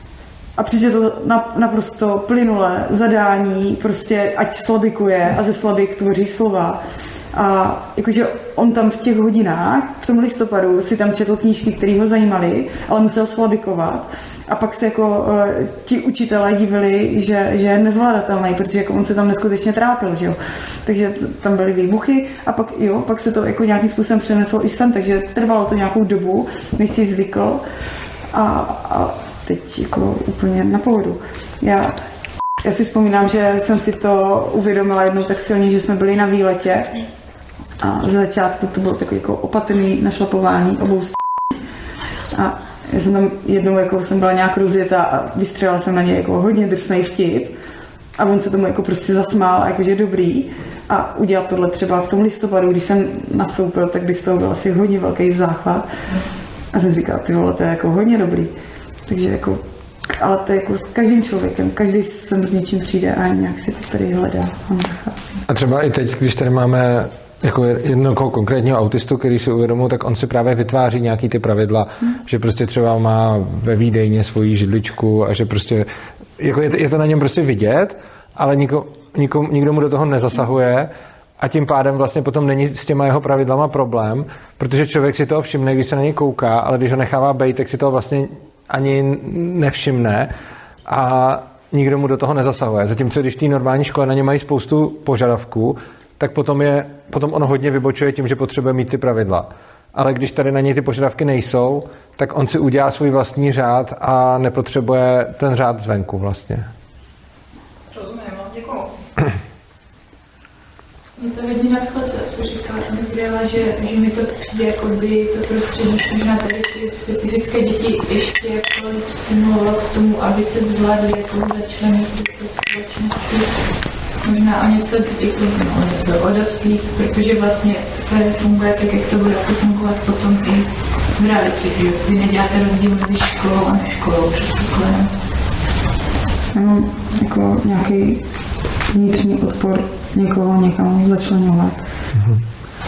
a přečetl naprosto plynulé zadání, prostě ať slabikuje a ze slabik tvoří slova. A jakože on tam v těch hodinách, v tom listopadu, si tam četl knížky, které ho zajímaly, ale musel slabikovat. A pak se jako uh, ti učitelé divili, že, že je nezvládatelný, protože jako on se tam neskutečně trápil, že jo. Takže tam byly výbuchy a pak, jo, pak se to jako nějakým způsobem přeneslo i sem, takže trvalo to nějakou dobu, než si zvykl. A, a teď jako úplně na pohodu. Já, já si vzpomínám, že jsem si to uvědomila jednou tak silně, že jsme byli na výletě a ze začátku to bylo takové jako opatrné našlapování obou stran. A já jsem tam jednou jako jsem byla nějak rozjetá a vystřelila jsem na něj jako hodně drsnej vtip a on se tomu jako prostě zasmál a jakože dobrý a udělat tohle třeba v tom listopadu, když jsem nastoupil, tak by z toho byl asi hodně velký záchvat a jsem říkala, ty vole, to je jako hodně dobrý. Takže jako, ale to je jako s každým člověkem, každý sem s něčím přijde a nějak si to tady hledá. A třeba i teď, když tady máme jako jednoho konkrétního autistu, který si uvědomil, tak on si právě vytváří nějaký ty pravidla, hmm. že prostě třeba má ve výdejně svoji židličku a že prostě, jako je, je to na něm prostě vidět, ale niko, niko, nikdo mu do toho nezasahuje a tím pádem vlastně potom není s těma jeho pravidlama problém, protože člověk si toho všimne, když se na něj kouká, ale když ho nechává bejt, tak si toho vlastně ani nevšimne a nikdo mu do toho nezasahuje. Zatímco když v té normální škole na ně mají spoustu požadavků, tak potom, je, potom on hodně vybočuje tím, že potřebuje mít ty pravidla. Ale když tady na něj ty požadavky nejsou, tak on si udělá svůj vlastní řád a nepotřebuje ten řád zvenku vlastně. Rozumím, no, děkuju. Mě to hodně nadchlo, co říkala Gabriela, že, že mi to přijde, jako by to prostředí možná tady ty specifické děti ještě jako stimulovat k tomu, aby se zvládly jako začlenit do té společnosti. Možná o něco, jako, no, něco odostlých, protože vlastně to je, funguje tak, jak to bude asi fungovat potom i v realitě, že vy neděláte rozdíl mezi školou a neškolou, předpokládám. Já mám jako nějaký vnitřní odpor někoho někam začleňovat. Mm-hmm.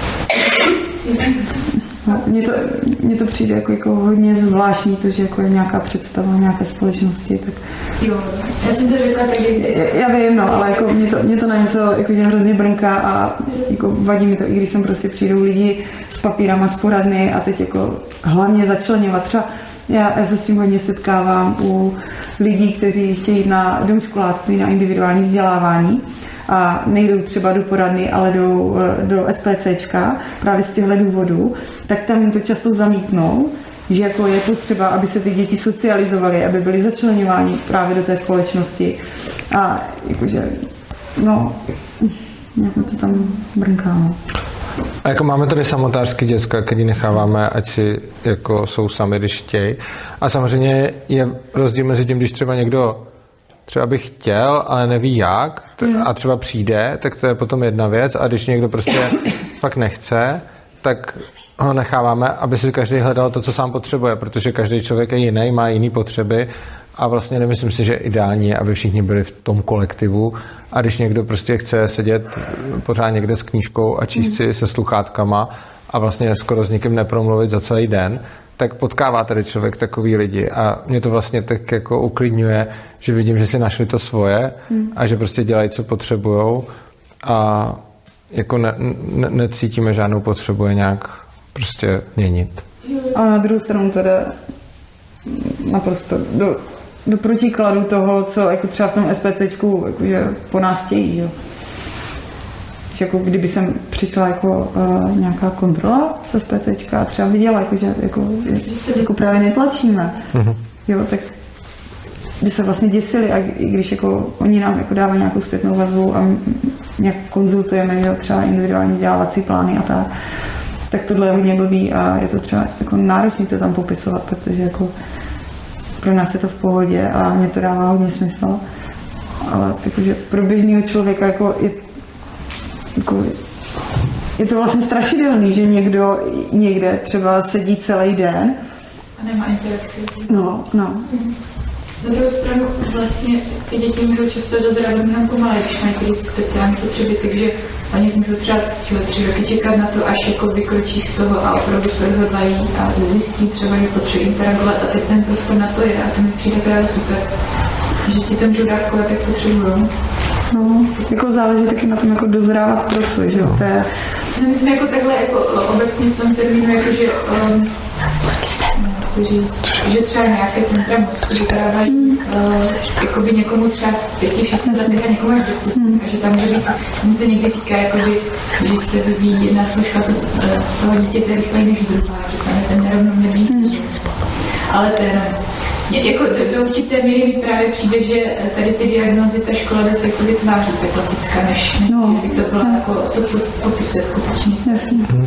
No, mně, to, mně to přijde jako, jako hodně zvláštní, to, že jako je nějaká představa nějaké společnosti. Tak... Jo, já jsem to řekla tak, jak... Já vím, no, ale jako mě, to, mě to na něco jako, že hrozně brnká a jako vadí mi to, i když sem prostě přijdou lidi s papírama z poradny a teď jako hlavně začleňovat. Třeba já, já se s tím hodně setkávám u lidí, kteří chtějí jít na domškoláctví, na individuální vzdělávání a nejdou třeba do poradny, ale jdou do SPCčka právě z těchto důvodů, tak tam jim to často zamítnou, že jako je potřeba, aby se ty děti socializovaly, aby byly začleňovány právě do té společnosti. A jakože, no, nějak to tam brnká. No. A jako máme tady samotářský děcka, který necháváme, ať si jako jsou sami, když chtějí. A samozřejmě je rozdíl mezi tím, když třeba někdo třeba by chtěl, ale neví jak a třeba přijde, tak to je potom jedna věc. A když někdo prostě fakt nechce, tak ho necháváme, aby si každý hledal to, co sám potřebuje, protože každý člověk je jiný, má jiný potřeby a vlastně nemyslím si, že ideální je, aby všichni byli v tom kolektivu a když někdo prostě chce sedět pořád někde s knížkou a číst si se sluchátkama a vlastně skoro s nikým nepromluvit za celý den, tak potkává tady člověk takový lidi a mě to vlastně tak jako uklidňuje, že vidím, že si našli to svoje a že prostě dělají, co potřebujou a jako ne, ne, necítíme žádnou potřebu je nějak prostě měnit. A na druhou stranu teda naprosto do, do protikladu toho, co jako třeba v tom SPCčku jakože po nás chtějí. Jo. Že jako kdyby sem přišla jako uh, nějaká kontrola z SPCčka a třeba viděla, jako, že jako, jako právě netlačíme, mm-hmm. jo, tak by se vlastně děsili a i když jako oni nám jako dávají nějakou zpětnou vazbu a nějak konzultujeme, jo, třeba individuální vzdělávací plány a tak, tak tohle je hodně blbý a je to třeba jako náročné to tam popisovat, protože jako pro nás je to v pohodě a mě to dává hodně smysl. Ale jakože pro běžného člověka jako je, jako je to vlastně strašidelný, že někdo někde třeba sedí celý den. A nemá interakci. No, no. Mhm. Na druhou stranu vlastně ty děti můžou často dozrávat mnohem pomalej, když mají ty speciální potřeby, takže oni můžou třeba tři roky čekat na to, až jako vykročí z toho a opravdu se odhodlají a zjistí třeba, že potřebují interagovat a teď ten prostor na to je a to mi přijde právě super, že si to můžou dávkovat, jak potřebují. No, jako záleží taky na tom, jako dozrávat pro co, že jo, to je... No, myslím jako takhle, jako obecně v tom termínu, jakože... Um, to říct, že třeba nějaké centra mozku dozrávají mm. uh, jakoby někomu třeba v pěti, šesti letech a někomu až deset. Mm. Takže tam může být, tomu se někdy říká, jakoby, že se vyvíjí jedna složka toho dítěte rychleji než druhá, že tam je ten nerovnoměrný mm. Ale to je jako do, do určité míry mi právě přijde, že tady ty diagnózy ta škola dost jako vytváří, tak klasická, než, než no. by to bylo jako to, co popisuje skutečný směs. Mm.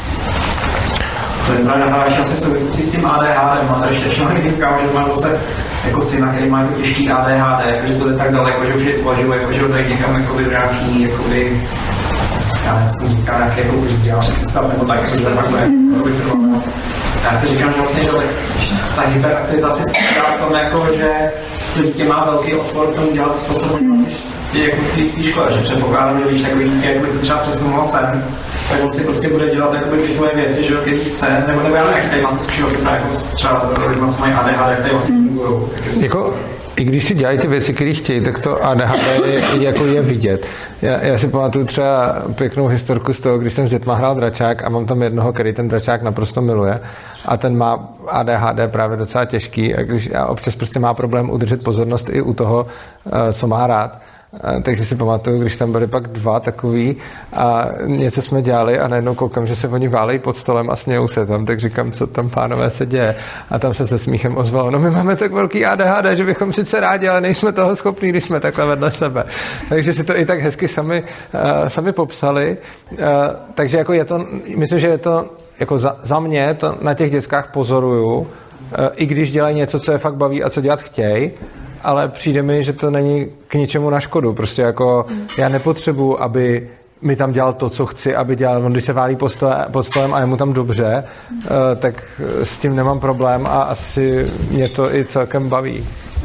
To je právě nahrává asi souvislosti s tím A D H D. Mám tady ještě člověk, říkám, že mám zase jako syna, který má jako těžký A D H D, jakože to jde tak daleko, že už je uvažuje, jakože ho dají někam jakoby do nějaký, jakoby, já jsem říkal, nějaký jako už vzdělávací ústav, nebo tak, jako to takhle, jakoby trvalo. Já si říkám, že vlastně to tak, ta hyperaktivita si spočívá v tom, jako, že to dítě má velký odpor k tomu dělat to, co oni vlastně je jako v té škole, že předpokládám, že když takový dítě jakoby se třeba přesunulo sem, tak on si prostě bude dělat jakoby ty svoje věci, že jo, který chce, nebo nebo já nevím, jaký tady má to zkušenost, jako třeba lidma, co mají A D H D, jak tady vlastně fungují. Jako, i když si dělají ty věci, které chtějí, tak to A D H D je, jako je vidět. Já, já si pamatuju třeba pěknou historku z toho, když jsem s dětma hrál dračák a mám tam jednoho, který ten dračák naprosto miluje a ten má A D H D právě docela těžký a když a občas prostě má problém udržet pozornost i u toho, co má rád. Takže si pamatuju, když tam byli pak dva takový a něco jsme dělali a najednou koukám, že se oni válejí pod stolem a smějou se tam, tak říkám, co tam pánové se děje. A tam se se smíchem ozvalo, no my máme tak velký A D H D, že bychom sice rádi, ale nejsme toho schopní, když jsme takhle vedle sebe. Takže si to i tak hezky sami, uh, sami popsali. Uh, takže jako je to, myslím, že je to jako za, za mě, to na těch dětskách pozoruju, uh, i když dělají něco, co je fakt baví a co dělat chtějí, ale přijde mi, že to není k ničemu na škodu. Prostě jako já nepotřebuji, aby mi tam dělal to, co chci, aby dělal. On když se válí pod stolem, pod stolem a je mu tam dobře, tak s tím nemám problém a asi mě to i celkem baví.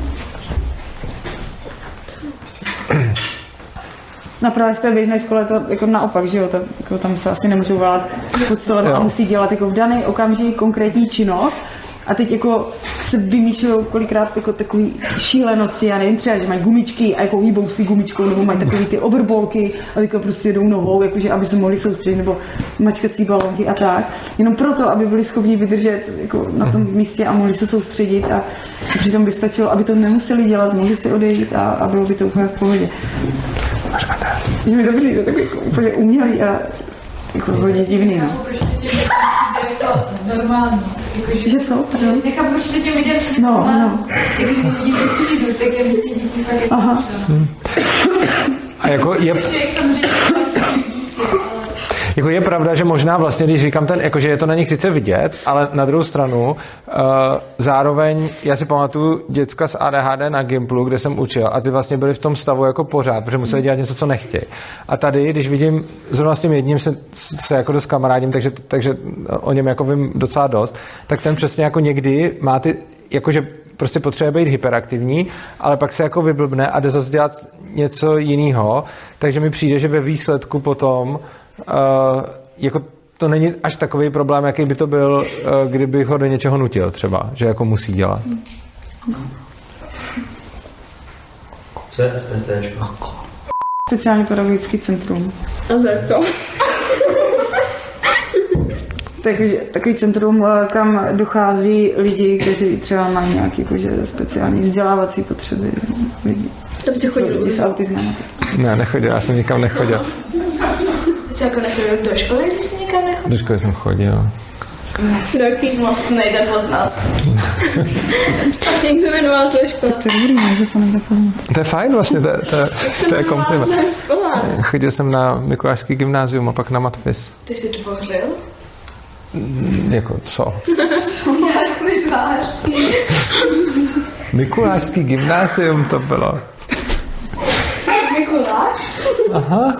No právě v té běžné škole to jako naopak, že jo, to, jako tam se asi nemůžou válet pod stolem a musí dělat jako v daný okamžik konkrétní činnost. A teď jako se vymýšlejí kolikrát jako takový šílenosti, já nevím, třeba, že mají gumičky a jako hýbou si gumičkou, nebo mají takový ty overbolky a jako prostě jedou nohou, jakože aby se mohli soustředit, nebo mačkací balonky a tak. Jenom proto, aby byli schopni vydržet jako na tom místě a mohli se soustředit a přitom by stačilo, aby to nemuseli dělat, mohli si odejít a, a bylo by to úplně v pohodě. Že mi to přijde takový jako úplně umělý a jako hodně divný, no. Je to normální. Jako, že co? Nechápu, proč to těm lidem přijde no, normální. No. Když lidi přijdu, tak je ty děti fakt Aha. A jako je... Ještě jak samozřejmě Jako je pravda, že možná vlastně, když říkám ten, jakože je to na nich sice vidět, ale na druhou stranu uh, zároveň, já si pamatuju děcka s A D H D na Gimplu, kde jsem učil a ty vlastně byli v tom stavu jako pořád, protože museli dělat něco, co nechtějí. A tady, když vidím, zrovna s tím jedním se, se jako dost kamarádím, takže, takže o něm jako vím docela dost, tak ten přesně jako někdy má ty, jakože prostě potřebuje být hyperaktivní, ale pak se jako vyblbne a jde zase dělat něco jiného, takže mi přijde, že ve výsledku potom uh, jako to není až takový problém, jaký by to byl, uh, kdybych ho do něčeho nutil třeba, že jako musí dělat. Co je SPTčko? Speciální pedagogický centrum. A to? Takže takový centrum, kam dochází lidi, kteří třeba mají nějaké jakože speciální vzdělávací potřeby lidí. Co by si chodil? Lidi s autismem. Ne, nechodil, já jsem nikam nechodil. Jsi jako nechodil do školy, když jsi nikam nechodil? Do školy jsem chodil. Do jaký moc nejde poznat. Jak se jmenovala tvoje škola? To je dobrý, že se nejde poznat. To je fajn vlastně, to, to, to, to je kompliment. Chodil jsem na Mikulášský gymnázium a pak na Matfis. Ty jsi tvořil? Jako co? Jak mi tváří. Mikulášský gymnázium to bylo. Mikuláš? Aha.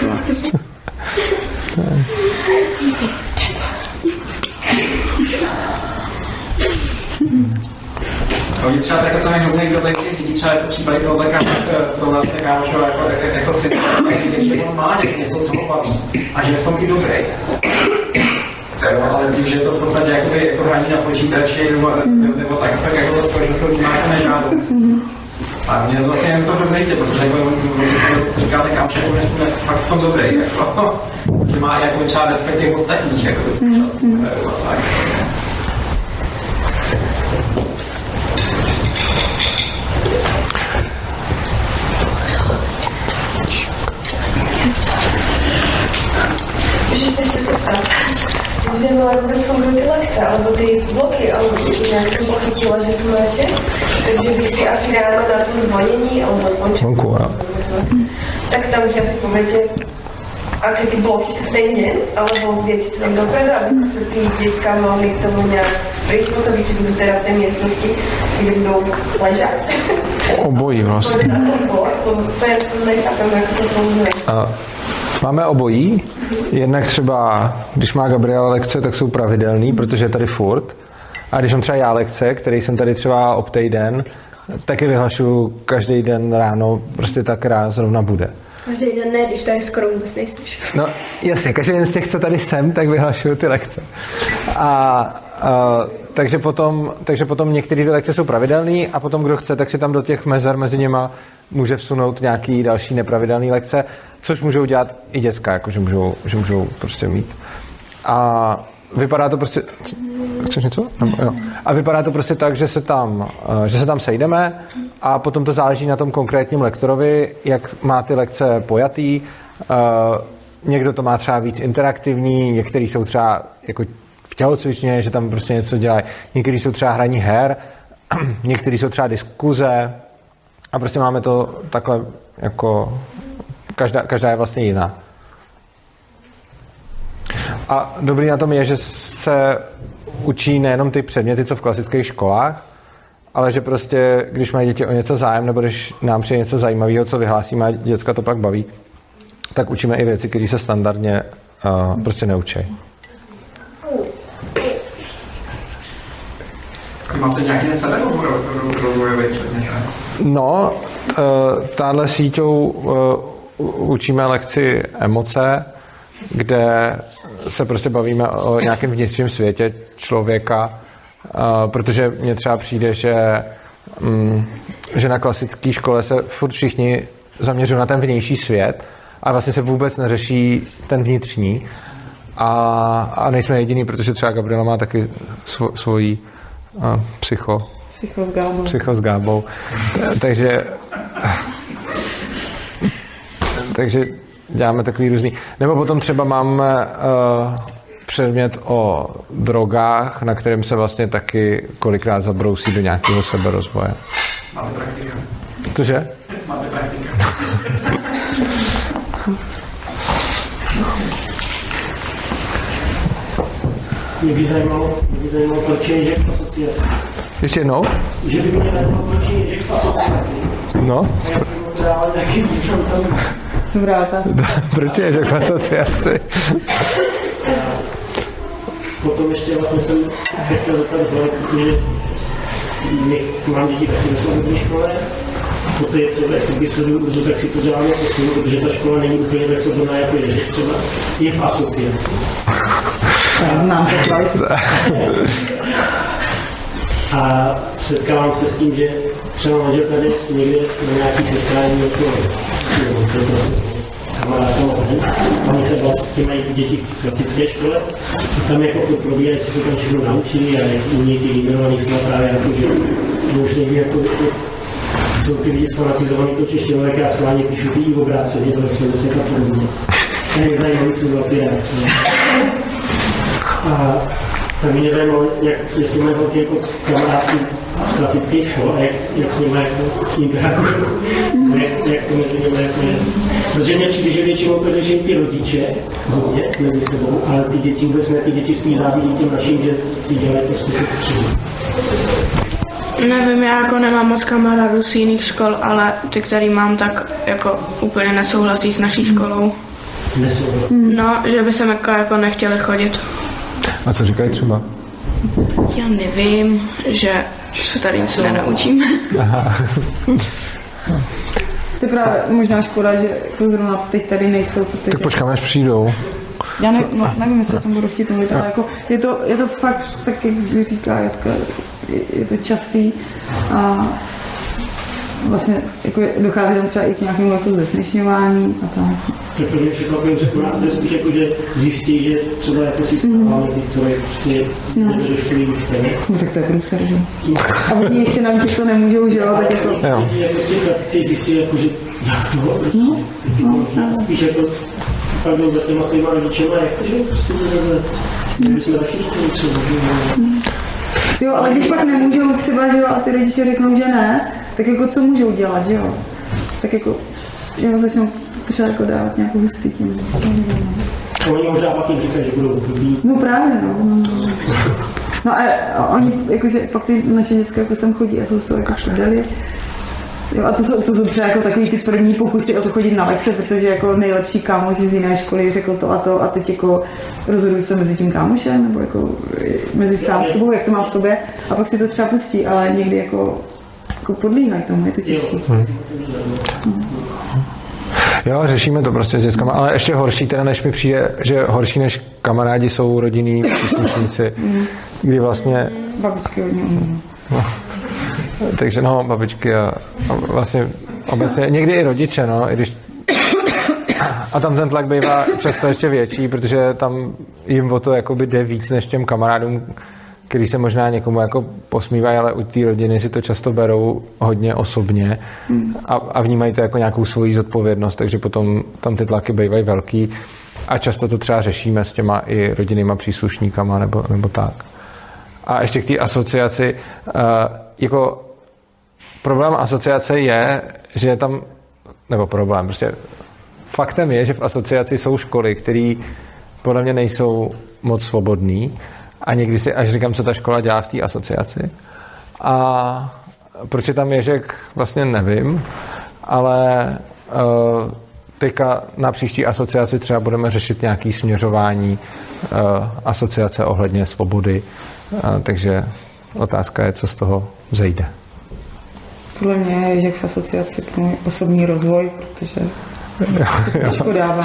Oni třeba jako se mi hrozně kdo tady vidí třeba jako případě tohle vlastně kámošova jako, jako, jako si že on má něco, co ho baví a že je v tom i dobrý. Jo, ale když je to v podstatě jakoby, jako hraní na počítači nebo, nebo tak, tak jako to stojí, že se to máte nežádoucí. A mě vlastně jen to hrozně jde, protože jako si říkáte kámoš, jako je fakt v tom dobrý, jako, že má jako třeba respekt těch ostatních, jako to spíš tak. Můžeš se ještě představit. Mě zajímalo, jak vůbec fungují ty lekce, alebo ty bloky, ale nějak jsem pochytila, že tu máte, takže bych si asi ráno na tom zvonění, alebo skončil. Tak tam si asi poviete, aké ty bloky sú v ten deň, alebo viete to tam dopredu, aby sa tí detská mohli k tomu nejak prispôsobiť, či budú teda v tej miestnosti, kde budou ležať. Obojí vlastně. To je, nechápem, jak to funguje. Máme obojí. Jednak třeba, když má Gabriela lekce, tak jsou pravidelný, protože je tady furt. A když mám třeba já lekce, který jsem tady třeba ob týden, tak je vyhlašuju každý den ráno, prostě ta, která zrovna bude. Každý den ne, když tady skoro vůbec nejseš. No jasně, každý den z těch, co tady jsem, tak vyhlašuju ty lekce. A, a takže, potom, takže potom některé ty lekce jsou pravidelné a potom kdo chce, tak si tam do těch mezer mezi nima může vsunout nějaký další nepravidelné lekce, což můžou dělat i děcka, jako že můžou, že můžou prostě mít. A vypadá to prostě... Chceš něco? No, jo. A vypadá to prostě tak, že se tam, že se tam sejdeme a potom to záleží na tom konkrétním lektorovi, jak má ty lekce pojatý. Někdo to má třeba víc interaktivní, některý jsou třeba jako v tělocvičně, že tam prostě něco dělají. Některý jsou třeba hraní her, některý jsou třeba diskuze a prostě máme to takhle jako... Každá, každá je vlastně jiná. A dobrý na tom je, že se učí nejenom ty předměty, co v klasických školách, ale že prostě, když mají děti o něco zájem, nebo když nám přijde něco zajímavého, co vyhlásíme a děcka to pak baví, tak učíme i věci, které se standardně uh, prostě neučí. Máte nějaký seberozvojový předmět? No, uh, tahle síťou uh, učíme lekci emoce, kde se prostě bavíme o nějakém vnitřním světě člověka, uh, protože mně třeba přijde, že, um, že na klasické škole se furt všichni zaměřují na ten vnější svět a vlastně se vůbec neřeší ten vnitřní. A, a nejsme jediný, protože třeba Gabriela má taky svo, svoji uh, psycho. Psycho s Gábou. Psycho s Gábou. takže takže děláme takový různý. Nebo potom třeba máme uh, předmět o drogách, na kterém se vlastně taky kolikrát zabrousí do nějakého seberozvoje. Máte praktika. Cože? Máte praktika. Mě by zajímalo, mě by zajímalo proč je Ježek v asociaci. Ještě jednou? Že by mě zajímalo, proč je Ježek v asociaci. No. A já jsem mu to dával nějaký význam tam. Dobrá otázka. Proč je Ježek v asociaci? Potom ještě vlastně jsem se chtěl zeptat, protože mám děti taky ve svobodné škole. Poté, co jakoby sleduju urzu, tak si to dělám jako svůj, protože ta škola není úplně tak svobodná, jako je, že třeba je v asociaci. Znám to kvalitu. A setkávám se s tím, že třeba manžel tady někde na nějaký setkání jako kamarádama a oni se vlastně mají děti v klasické škole a tam jako to probíhá, jestli se tam všechno naučí a umějí ty vyjmenovaný slova právě jako, že už někdy jako jsou ty lidi sfanatizovaný to češtinou, jak já schválně píšu ty i obráceně, to se zase tak podobně. A mě zajímavý jsou dva ty reakce. A tak mě zajímalo, jak, jestli mají holky jako kamarádky z klasických škol a jak, jak s nimi jako interagují, jak, jak to mezi nimi jako je. Protože mě přijde, že většinou to řeší ty rodiče hodně mezi sebou, ale ty děti vůbec ne, ty děti spíš závidí tím naším, že si dělají prostě to potřebu. Nevím, já jako nemám moc kamarádů z jiných škol, ale ty, který mám, tak jako úplně nesouhlasí s naší školou. Nesouhlasí? No, že by sem jako, jako nechtěli chodit. A co říkají třeba? Já nevím, že se tady nic nenaučíme. Aha. To je právě možná škoda, že jako zrovna teď tady nejsou. Protože... Tak počkáme, až přijdou. Já ne, no, nevím, jestli o tom budu chtít mluvit, ale jako je to, je to fakt, tak jak říká Jatka, je, je to častý a vlastně jako dochází tam třeba i k nějakému jako zesměšňování a tak. Tak to mě překvapilo, že u nás to je spíš jako, že zjistí, že třeba jako si vstáváme ty, co je prostě do školy chceme. No tak to je průser, že? A oni ještě navíc to nemůžou, že jo, tak jako... Jo. Jako si chtějí zjistit, jako, že jak to prostě, no, no, spíš jako pak jdou za těma svýma rodičema, jakože prostě to my jsme taky chtěli třeba, jo, ale když pak nemůžou třeba, že jo, a ty rodiče řeknou, že ne, tak jako co můžou dělat, že jo? Tak jako, že začnou třeba jako dávat nějakou hustý tím. A oni možná pak jim říkají, že budou blbý. No právě, no. no. No a, a oni, jakože pak ty naše děcka jako sem chodí a jsou to jako škodeli. Jo, a to jsou, to jsou třeba jako takový ty první pokusy o to chodit na lekce, protože jako nejlepší kámoš z jiné školy řekl to a to a teď jako rozhodují se mezi tím kámošem nebo jako mezi sám sebou, jak to má v sobě a pak si to třeba pustí, ale někdy jako, jako podlíhají tomu, je to těžké. Hmm. Jo, řešíme to prostě s dětskama, ale ještě horší teda, než mi přijde, že horší než kamarádi jsou rodinní příslušníci, mm. kdy vlastně... Babičky hodně umí. No. Takže no, babičky a, a vlastně obecně, někdy i rodiče, no, i když... A tam ten tlak bývá často ještě větší, protože tam jim o to jakoby jde víc než těm kamarádům, který se možná někomu jako posmívají, ale u té rodiny si to často berou hodně osobně a, a vnímají to jako nějakou svoji zodpovědnost, takže potom tam ty tlaky bývají velký a často to třeba řešíme s těma i rodinnýma příslušníkama nebo, nebo tak. A ještě k té asociaci, uh, jako problém asociace je, že je tam, nebo problém, prostě faktem je, že v asociaci jsou školy, které podle mě nejsou moc svobodný a někdy si až říkám, co ta škola dělá v té asociaci. A proč je tam Ježek, vlastně nevím, ale uh, teďka na příští asociaci třeba budeme řešit nějaké směřování uh, asociace ohledně svobody, uh, takže otázka je, co z toho vzejde. Podle mě je Ježek v asociaci pro můj osobní rozvoj, protože to trošku dávám.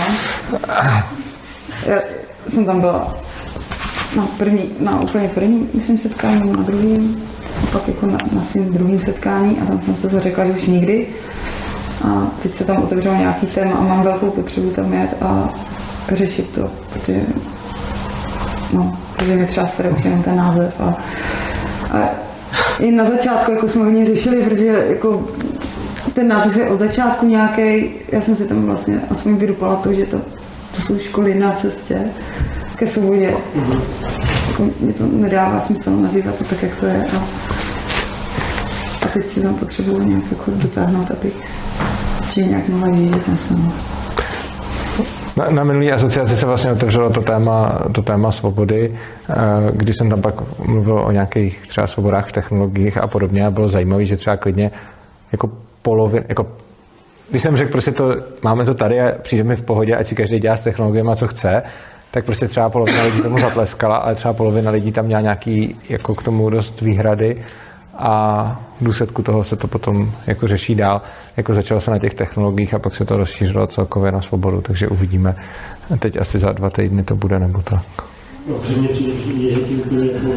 Já jsem tam byla na, první, na úplně první, myslím, setkání, nebo na druhým, a pak jako na, na svým druhým setkání a tam jsem se zařekla, že už nikdy. A teď se tam otevřelo nějaký téma a mám velkou potřebu tam jet a řešit to, protože, no, protože mi třeba sere už jenom ten název. A, a i na začátku jako jsme hodně řešili, protože jako ten název je od začátku nějaký. Já jsem si tam vlastně aspoň vydupala to, že to, to jsou školy na cestě ke svobodě. Jako, mě to nedává smysl nazývat to tak, jak to je. A, a teď si tam potřebuji nějak jako dotáhnout, abych že nějak mohla žít, že tam jsme mohli. Na, na minulý asociaci se vlastně otevřelo to téma, to téma svobody, když jsem tam pak mluvil o nějakých třeba svobodách v technologiích a podobně a bylo zajímavé, že třeba klidně jako polovin, jako když jsem řekl prostě to, máme to tady a přijde mi v pohodě, ať si každý dělá s technologiemi, co chce, tak prostě třeba polovina lidí tomu zatleskala, ale třeba polovina lidí tam měla nějaký jako k tomu dost výhrady a v důsledku toho se to potom jako řeší dál. Jako začalo se na těch technologiích a pak se to rozšířilo celkově na svobodu, takže uvidíme. Teď asi za dva týdny to bude nebo tak. No, předně přijde, že ti úplně jako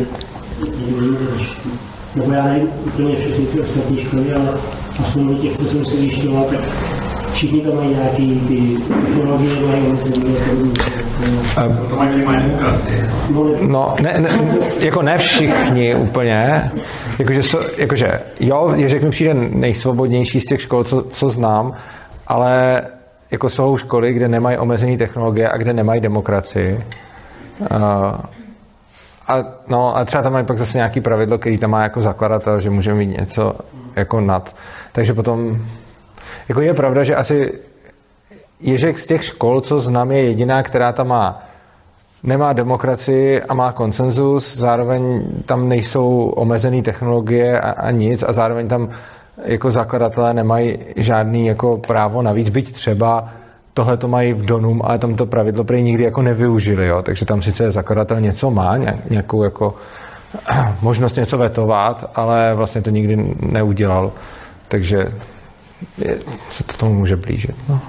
nebo já nevím úplně všechny ty ostatní školy, ale aspoň těch, co jsem si zjišťoval, tak všichni tam mají nějaký ty technologie, mají omezený to mají minimální demokracie. No, ne, ne, jako ne všichni úplně, jakože, jakože jo, Ježek mi přijde nejsvobodnější z těch škol, co, co znám, ale jako jsou školy, kde nemají omezený technologie a kde nemají demokracii. Uh, A, no, a třeba tam mají pak zase nějaký pravidlo, který tam má jako zakladatel, že může mít něco jako nad. Takže potom, jako je pravda, že asi Ježek z těch škol, co znám, je jediná, která tam má, nemá demokracii a má konsenzus, zároveň tam nejsou omezené technologie a, a nic a zároveň tam jako zakladatelé nemají žádný jako právo navíc, byť třeba tohle to mají v Donum, ale tam to pravidlo prý nikdy jako nevyužili, jo? Takže tam sice zakladatel něco má, nějakou jako možnost něco vetovat, ale vlastně to nikdy neudělal. Takže je, se to tomu může blížit. No.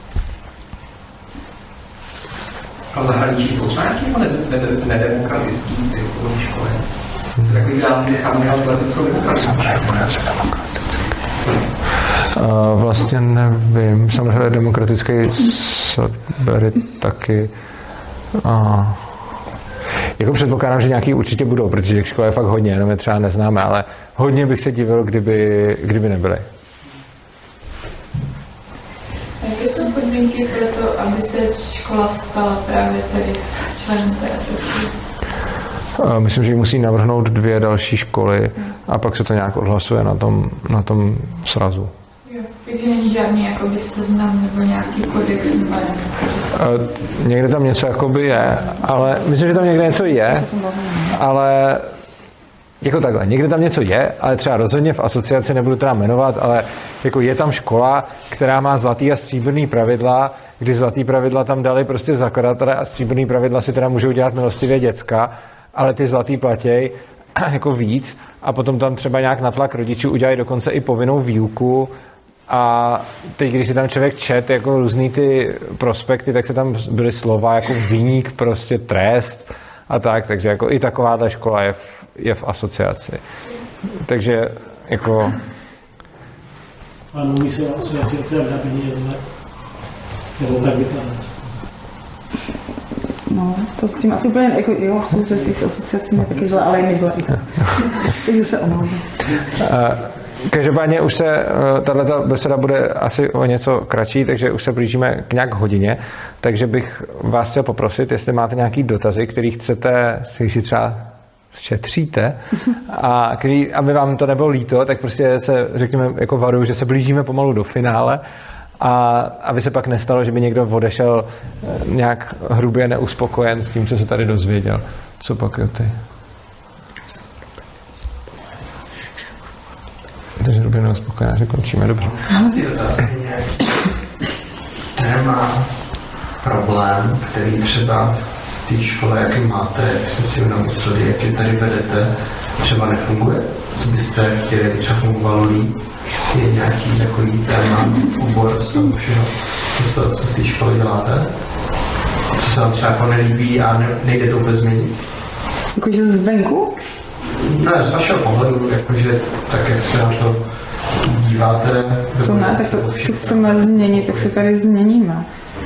A v zahraničí jsou třeba nějaké nedemokratické testovní školy? Takový zároveň samé atlety jsou demokratické. Uh, vlastně nevím. Samozřejmě demokratický Severy taky. Uh, jako předpokládám, že nějaký určitě budou, protože těch škol je fakt hodně, jenom je třeba neznáme, ale hodně bych se divil, kdyby, kdyby nebyly. Jaké jsou podmínky pro to, aby se škola stala právě tady členem té asociace? Myslím, že musí navrhnout dvě další školy a pak se to nějak odhlasuje na tom, na tom srazu. Jo, takže není žádný jakoby seznam nebo nějaký kodex nebo uh, Někde tam něco jakoby je, ale myslím, že tam někde něco je, ale jako takhle, někde tam něco je, ale třeba rozhodně v asociaci nebudu teda jmenovat, ale jako je tam škola, která má zlatý a stříbrný pravidla, kdy zlatý pravidla tam dali prostě zakladatelé a stříbrný pravidla si teda můžou dělat milostivě děcka, ale ty zlatý platěj jako víc a potom tam třeba nějak na tlak rodičů udělají dokonce i povinnou výuku a teď, když si tam člověk čet jako různý ty prospekty, tak se tam byly slova jako viník, prostě trest a tak, takže jako i takováhle škola je v, je v asociaci. Takže jako... Ale mluví se o asociaci a peníze, nebo tak vypadá. No, to s tím asi úplně, jako jo, jsou cesty s asociacemi taky zle, ale i my zle. Takže se omlouvám. Každopádně už se, tato beseda bude asi o něco kratší, takže už se blížíme k nějak hodině, takže bych vás chtěl poprosit, jestli máte nějaký dotazy, který chcete, který si třeba šetříte a který, aby vám to nebylo líto, tak prostě se, řekněme, jako varuju, že se blížíme pomalu do finále a aby se pak nestalo, že by někdo odešel nějak hrubě neuspokojen s tím, co se tady dozvěděl. Co pak, jo, ty? Takže hrubě neuspokojená, že končíme, dobře. Asi dotaz nemá problém, který třeba v té škole, jaký máte, jak jste si namysleli, jak je tady vedete, třeba nefunguje? Co byste chtěli, aby třeba fungovalo líp? Je nějaký takový téma, obor z toho všeho, co, to, co v té škole děláte? Co se vám třeba jako nelíbí a ne, nejde to vůbec změnit? Jakože zvenku? Ne, z vašeho pohledu, jakože tak, jak se na to díváte. Co ne, tak to, co chceme změnit, tak se tady změníme.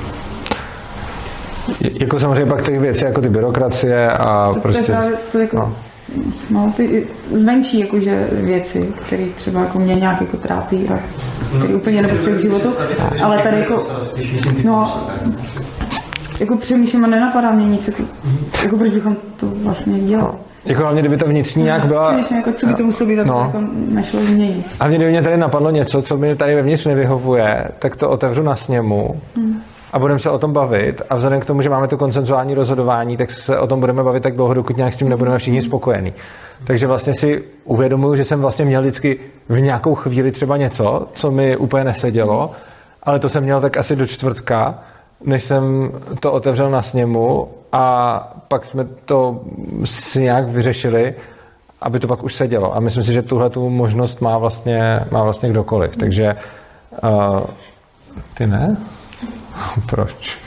Jako samozřejmě pak ty věci, jako ty byrokracie a to, prostě... To je právě to jako, no. No, ty zvenčí jakože věci, které třeba jako mě nějak jako trápí a které no, úplně nepotřebují k životu, ale tady jako... No, jako přemýšlím a nenapadá mě nic, jako, jako proč bychom to vlastně dělali. No. Jako hlavně, kdyby to vnitřní nějak byla... Přemýšlím, jako, co by to muselo být, aby no. to jako nešlo změnit. A mě, kdyby mě tady napadlo něco, co mi tady vevnitř nevyhovuje, tak to otevřu na sněmu. Hmm. a budeme se o tom bavit a vzhledem k tomu, že máme to konsenzuální rozhodování, tak se o tom budeme bavit tak dlouho, dokud nějak s tím nebudeme všichni spokojení. Takže vlastně si uvědomuji, že jsem vlastně měl vždycky v nějakou chvíli třeba něco, co mi úplně nesedělo, ale to jsem měl tak asi do čtvrtka, než jsem to otevřel na sněmu a pak jsme to si nějak vyřešili, aby to pak už sedělo. A myslím si, že tuhle tu možnost má vlastně, má vlastně kdokoliv. Takže uh, ty ne? Proč?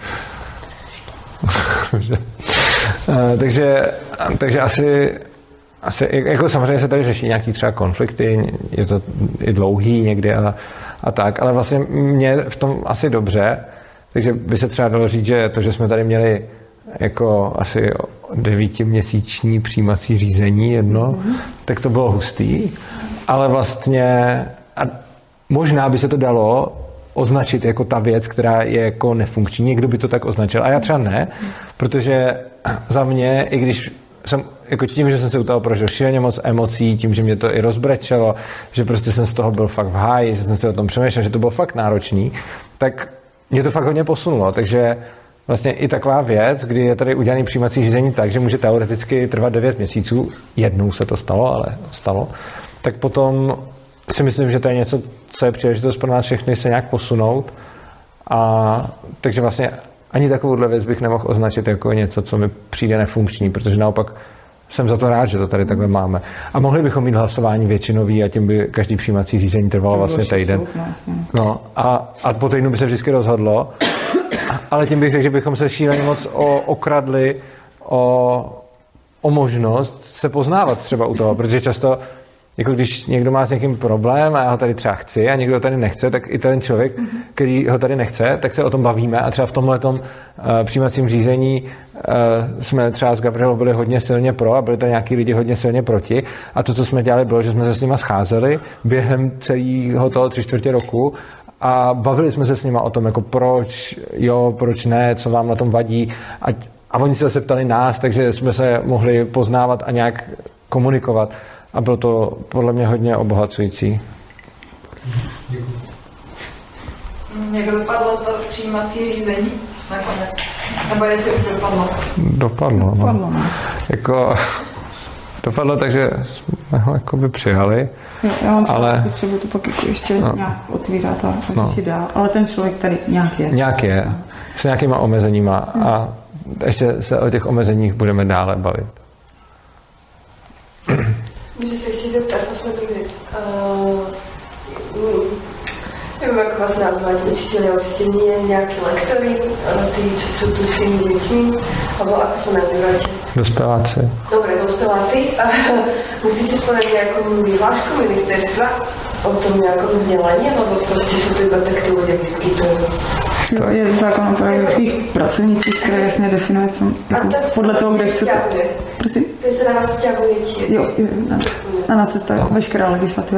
uh, takže, takže asi, asi, jako samozřejmě se tady řeší nějaký třeba konflikty, je to i dlouhý někdy a, a tak, ale vlastně mě v tom asi dobře, takže by se třeba dalo říct, že to, že jsme tady měli jako asi devítiměsíční přijímací řízení jedno, mm-hmm. tak to bylo hustý, ale vlastně a možná by se to dalo označit jako ta věc, která je jako nefunkční. Někdo by to tak označil. A já třeba ne, protože za mě, i když jsem, jako tím, že jsem se u toho prožil šíleně moc emocí, tím, že mě to i rozbrečelo, že prostě jsem z toho byl fakt v háji, že jsem si o tom přemýšlel, že to bylo fakt náročný, tak mě to fakt hodně posunulo. Takže vlastně i taková věc, kdy je tady udělaný přijímací řízení tak, že může teoreticky trvat devět měsíců, jednou se to stalo, ale stalo, tak potom si myslím, že to je něco, co je příležitost pro nás všechny se nějak posunout. A takže vlastně ani takovouhle věc bych nemohl označit jako něco, co mi přijde nefunkční, protože naopak jsem za to rád, že to tady takhle máme. A mohli bychom mít hlasování většinový a tím by každý přijímací řízení trvalo vlastně týden. No a, a po týdnu by se vždycky rozhodlo, ale tím bych řekl, že bychom se šíleně moc o, okradli o, o možnost se poznávat třeba u toho, protože často jako když někdo má s někým problém a já ho tady třeba chci a někdo ho tady nechce, tak i ten člověk, který ho tady nechce, tak se o tom bavíme a třeba v tomhletom uh, přijímacím řízení uh, jsme třeba s Gabrielou byli hodně silně pro a byli tady nějaký lidi hodně silně proti a to, co jsme dělali, bylo, že jsme se s nima scházeli během celého toho tři čtvrtě roku a bavili jsme se s nima o tom, jako proč jo, proč ne, co vám na tom vadí a, a oni se zase ptali nás, takže jsme se mohli poznávat a nějak komunikovat. A bylo to podle mě hodně obohacující. Jak dopadlo to přijímací řízení nakonec? Nebo jestli už dopadlo? Dopadlo, no. Dopadlo, no. Jako, dopadlo tak, že jsme ho jakoby přijali. Jo, já mám ale třeba to pak jako ještě no. nějak otvírat a řešit no. dál. Ale ten člověk tady nějak je. Nějak je. S nějakýma omezeníma. Hmm. A ještě se o těch omezeních budeme dále bavit. Můžu se ještě zeptat poslední věc. Uh, nevím, jak vás nazvat, učiteľi, určitě nie nějaký lektory, ty, čo sú tu s tými dětmi, alebo ako sa nazývate? Dospeláci. Dobre, dospeláci. Musíte spodať nejakú vyhlášku ministerstva o tom nejakom vzdelaní, alebo prostě sa tu iba tak tí ľudia vyskytujú? Jo, je zákon o pedagogických pracovnících, který jasně definuje, co, jako podle toho, kde chcete. Prosím? Ty se na vás stěhuje ti. Jo, jo, na, na nás se staví veškerá legislativa.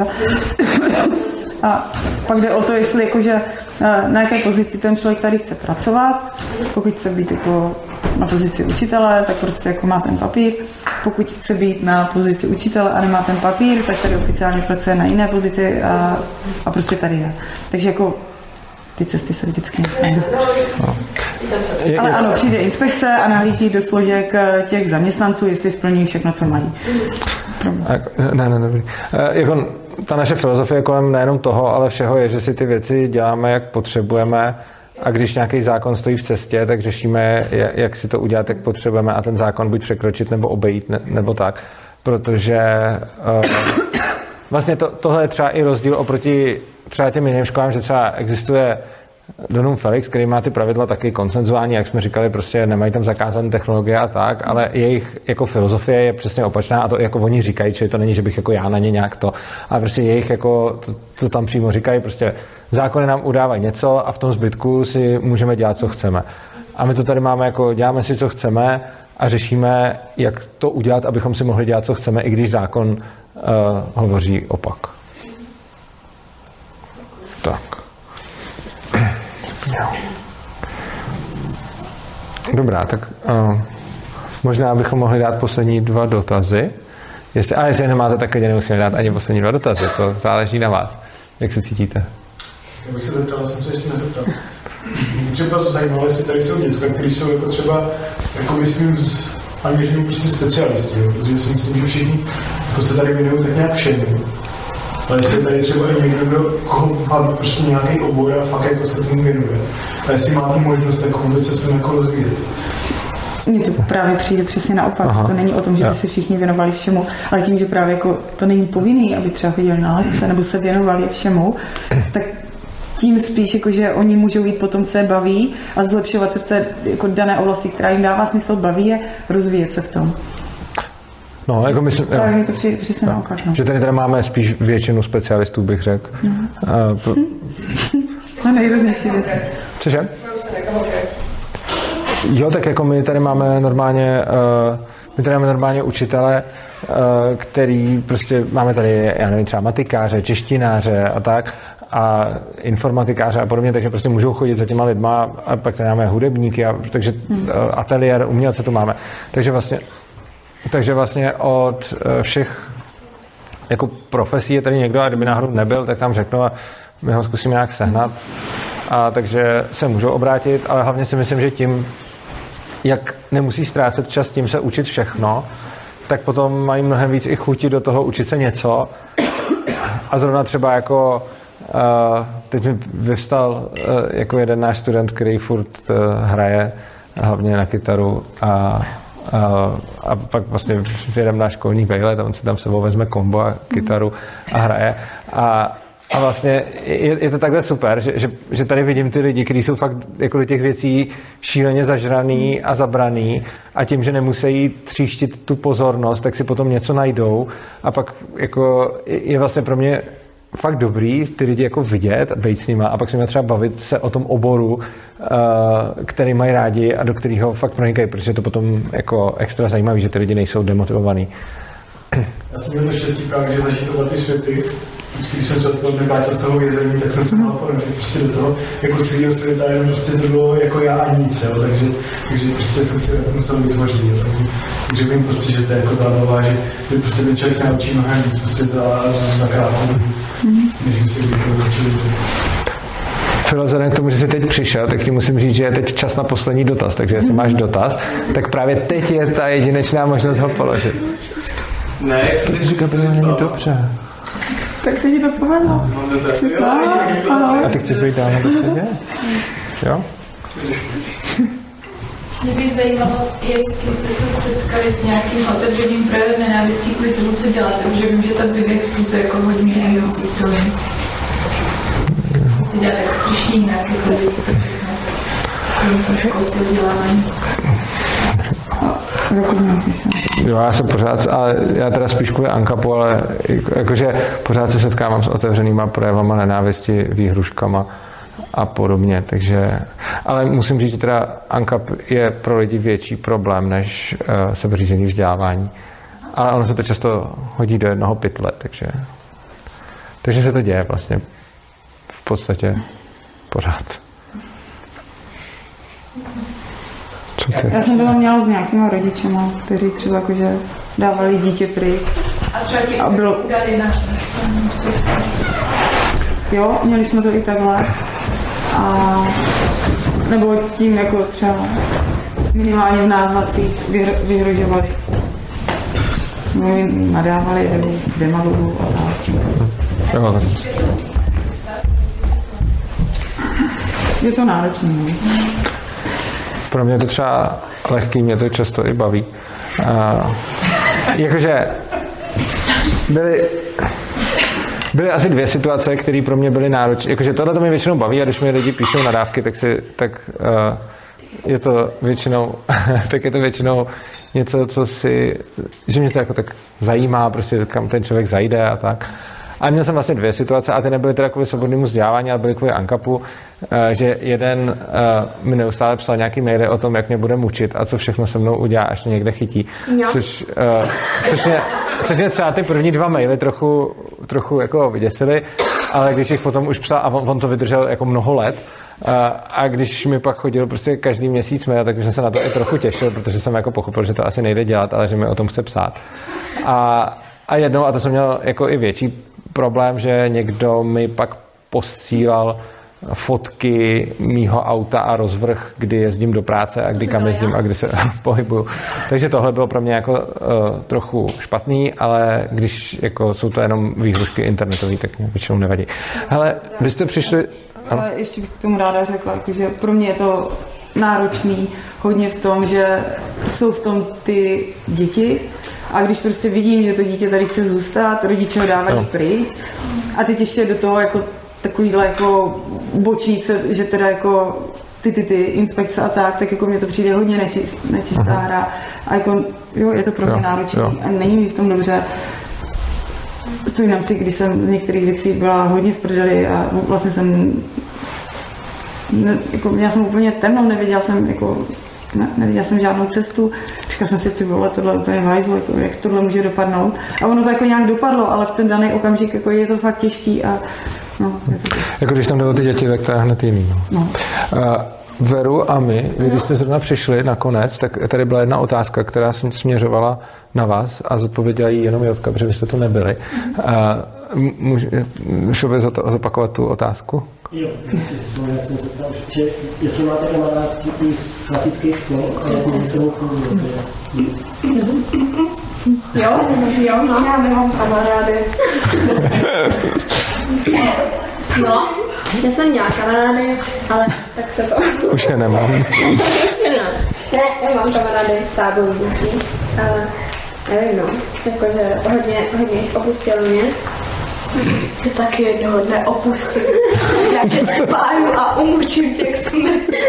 A pak jde o to, jestli jakože na jaké pozici ten člověk tady chce pracovat. Pokud chce být jako na pozici učitele, tak prostě jako má ten papír. Pokud chce být na pozici učitele a nemá ten papír, tak tady oficiálně pracuje na jiné pozici a, a prostě tady je. Takže jako ty cesty se vždycky nechají. Ale ano, přijde inspekce a nahlíží do složek těch zaměstnanců, jestli splní všechno, co mají. Ne, ne, ne. Jako ta naše filozofie kolem nejenom toho, ale všeho je, že si ty věci děláme, jak potřebujeme a když nějaký zákon stojí v cestě, tak řešíme, jak si to udělat, jak potřebujeme a ten zákon buď překročit nebo obejít, ne, nebo tak. Protože uh, vlastně to, tohle je třeba i rozdíl oproti třeba těm jiným školám, že třeba existuje Donum Felix, který má ty pravidla taky konsenzuální, jak jsme říkali, prostě nemají tam zakázané technologie a tak, ale jejich jako filozofie je přesně opačná a to jako oni říkají, čili to není, že bych jako já na ně nějak to, ale prostě jejich jako, to, to tam přímo říkají, prostě zákony nám udávají něco a v tom zbytku si můžeme dělat, co chceme. A my to tady máme jako, děláme si, co chceme a řešíme, jak to udělat, abychom si mohli dělat, co chceme, i když zákon uh, hovoří opak. Tak. Dobrá, tak uh, možná bychom mohli dát poslední dva dotazy. Jestli, a jestli je nemáte, tak klidně nemusíme dát ani poslední dva dotazy, to záleží na vás. Jak se cítíte? Já bych se zeptal, jsem se ještě nezeptal. Mě třeba zajímalo, jestli tady jsou děcka, které jsou jako třeba, jako myslím, z angličtiny prostě specialisti, jo? Protože si myslím, že všichni jako se tady věnují tak nějak všemu. Ale jestli tady třeba i někdo, kdo koho má prostě nějaký obor a fakt jako se tomu věnuje. A jestli máte možnost jako vůbec se v tom jako rozvíjet. Mně to právě přijde přesně naopak. Aha. To není o tom, že by se všichni věnovali všemu, ale tím, že právě jako to není povinný, aby třeba chodili na lekce nebo se věnovali všemu, tak tím spíš, jako, že oni můžou jít po tom, co je baví a zlepšovat se v té jako dané oblasti, která jim dává smysl, baví je, rozvíjet se v tom. No, jako myslím, právě to přijde přesně naopak. No. Že tady, tady máme spíš většinu specialistů, bych řekl. No, uh, pro... no nejrůznější věci. Cože? Jo, tak jako my tady máme normálně, uh, my tady máme normálně učitele, uh, který prostě máme tady, já nevím, třeba matikáře, češtináře a tak, a informatikáře a podobně, takže prostě můžou chodit za těma lidma a pak tady máme hudebníky, a, takže uh, ateliér, umělce to máme. Takže vlastně, takže vlastně od uh, všech jako profesí je tady někdo a kdyby náhodou nebyl, tak nám řeknou a my ho zkusíme nějak sehnat. A takže se můžou obrátit, ale hlavně si myslím, že tím, jak nemusí ztrácet čas tím se učit všechno, tak potom mají mnohem víc i chuti do toho učit se něco. A zrovna třeba jako uh, teď mi vyvstal uh, jako jeden náš student, který furt uh, hraje hlavně na kytaru a, a, a pak vlastně jedeme na školní vejlet a on si tam sebou vezme kombo a kytaru a hraje. A A vlastně je, je to takhle super, že, že, že tady vidím ty lidi, kteří jsou fakt jako do těch věcí šíleně zažraný a zabraný a tím, že nemusí tříštit tu pozornost, tak si potom něco najdou a pak jako je vlastně pro mě fakt dobrý ty lidi jako vidět a být s nima a pak se mě třeba bavit se o tom oboru, který mají rádi a do kterého fakt pronikají, protože je to potom jako extra zajímavý, že ty lidi nejsou demotivovaný. Já jsem měl to štěstí právě, že zažít oba ty světy. Vždycky, když jsem se odpoledne vrátil z toho vězení, tak jsem se mal porovnat prostě do toho jako svýho světa, jenom prostě to bylo jako já a nic, jo, takže, takže prostě jsem si musel vytvořit, jo, takže, takže vím prostě, že to je jako zábava, že, že prostě ten člověk se naučí mnohem víc prostě za, za krátkou dobu, než si kdybychom učili. Filo, vzhledem k tomu, že jsi teď přišel, tak ti musím říct, že je teď čas na poslední dotaz, takže jestli máš dotaz, tak právě teď je ta jedinečná možnost ho položit. Ne, to jsi říkal, že není dobře. Tak se ti to povedlo. A ty chceš být dál na besedě? Jo? Mě by zajímalo, jestli jste se setkali s nějakým otevřeným projevem nenávistí kvůli tomu, co děláte, protože vím, že ta Bible expulzuje jako hodně emocí silný. Ty děláte extrušní nějaké lidi, to to školství vzdělávání. Jo, já jsem pořád, ale já teda spíš kvůli ANCAPu, ale jakože pořád se setkávám s otevřenýma projevama nenávisti, výhruškama a podobně, takže, ale musím říct, že teda ANCAP je pro lidi větší problém než uh, sebeřízení vzdělávání. Ale ono se to často hodí do jednoho pytle, takže, takže se to děje vlastně v podstatě pořád. Já jsem to měla s nějakýma rodičema, kteří třeba jakože dávali dítě pryč. A třeba ti a bylo... dali na... Jo, měli jsme to i takhle. A nebo tím jako třeba minimálně v názvacích vyhr, vyhrožovali. No, nadávali nebo demagogu a tak. Jo, tak. Je to náročné. Pro mě je to třeba lehký, mě to často i baví. Uh, jakože byly, byly asi dvě situace, které pro mě byly náročné. Jakože tohle to mě většinou baví a když mi lidi píšou nadávky, tak, si, tak uh, je to většinou tak je to většinou něco, co si, že mě to jako tak zajímá, prostě kam ten člověk zajde a tak. A měl jsem vlastně dvě situace a ty nebyly teda kvůli svobodnému vzdělávání, ale byly kvůli ANCAPu, že jeden mi neustále psal nějaký maily o tom, jak mě bude mučit a co všechno se mnou udělá, až mě někde chytí. Což, což, mě, což mě třeba ty první dva maily trochu, trochu jako vyděsily, ale když jich potom už psal a on, on to vydržel jako mnoho let, a když mi pak chodil prostě každý měsíc mail, tak jsem se na to i trochu těšil, protože jsem jako pochopil, že to asi nejde dělat, ale že mi o tom chce psát. A, a jednou, a to jsem měl jako i větší problém, že někdo mi pak posílal fotky mýho auta a rozvrh, kdy jezdím do práce a kdy kam jezdím a kdy se pohybuju. Takže tohle bylo pro mě jako uh, trochu špatný, ale když jako jsou to jenom výhrušky internetové, tak mě většinou nevadí. Hele, vy jste přišli... Ale ještě bych k tomu ráda řekla, že pro mě je to náročný hodně v tom, že jsou v tom ty děti a když prostě vidím, že to dítě tady chce zůstat, rodiče ho dávají no. pryč a teď ještě do toho jako takovýhle jako bočnice, že teda jako ty, ty, ty inspekce a tak, tak jako mě to přijde hodně nečist, nečistá uh-huh. hra a jako jo, je to pro mě jo, náročný jo. a není mi v tom dobře. Vzpomínám si, když jsem z některých věcí byla hodně v prdeli a vlastně jsem ne, jako, já jsem úplně temnou, nevěděla jsem jako ne, neviděla jsem žádnou cestu, říkala jsem si, ty vole, tohle je úplně hajzlo, jako, jak tohle může dopadnout. A ono to jako nějak dopadlo, ale v ten daný okamžik jako je to fakt těžký a no, je to těžký. Jako když tam jde o ty děti, tak to je hned jiný. No. No. Uh, Veru a my, vy, když jste zrovna přišli nakonec, tak tady byla jedna otázka, která jsem směřovala na vás a zodpověděla ji jenom Jotka, protože vy jste tu nebyli. Můžu by zopakovat tu otázku? Jo, já jsem se ptal, že jestli máte kamarádky z klasických škol a jak mezi sebou funguje. Jo, jo, no, já nemám kamarády. No, já jsem měla kamarády, ale tak se to... Už je nemám. Ne, já mám kamarády z táborů, ale nevím, no, jakože hodně, hodně jich opustilo mě. Ty taky jednoho dne opustím. Já tě spáju a umučím tě k smrti.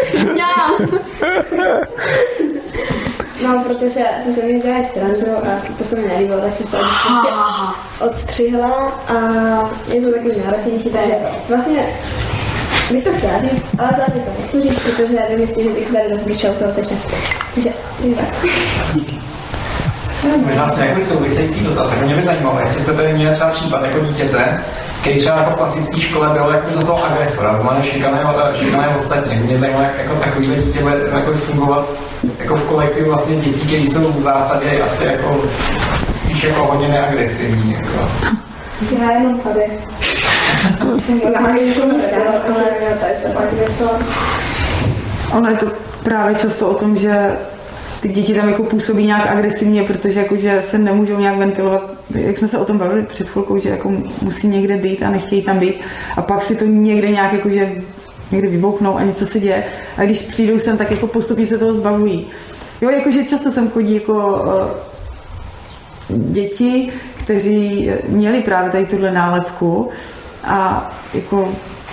No, protože jsem se mě dělala strandu a to se mi nelíbilo, tak jsem se prostě odstřihla a je to takový náročnější, takže vlastně bych to chtěla říct, ale zároveň to nechci říct, protože nemyslím, že bych se tady rozbličil toho teče. Takže, tak. Možná se nějaký související dotaz, jako mě by zajímalo, jestli jste tady měli třeba případ jako dítěte, který třeba jako v klasické škole bylo jako za toho agresora, to má šikané ostatně. Mě zajímalo, jak jako takovýhle dítě bude jako fungovat jako v kolektivu vlastně dětí, které jsou v zásadě asi jako spíš jako hodně neagresivní. Jako. Já jenom tady. Já nejsem ale tady se pak agresor. Ono je to právě často o tom, že ty děti tam jako působí nějak agresivně, protože jakože se nemůžou nějak ventilovat, jak jsme se o tom bavili před chvilkou, že jako musí někde být a nechtějí tam být a pak si to někde nějak jakože někde vybouchnou a něco se děje a když přijdou sem, tak jako postupně se toho zbavují. Jo, jakože často sem chodí jako uh, děti, kteří měli právě tady tuhle nálepku a jako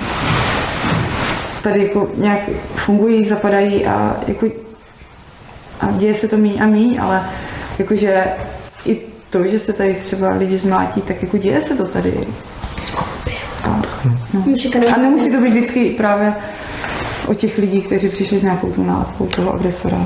tady jako nějak fungují, zapadají a jako a děje se to míň a míň, ale jakože i to, že se tady třeba lidi zmlátí, tak jako děje se to tady. A, no. a nemusí to být vždycky právě o těch lidích, kteří přišli s nějakou tu nálepkou toho agresora.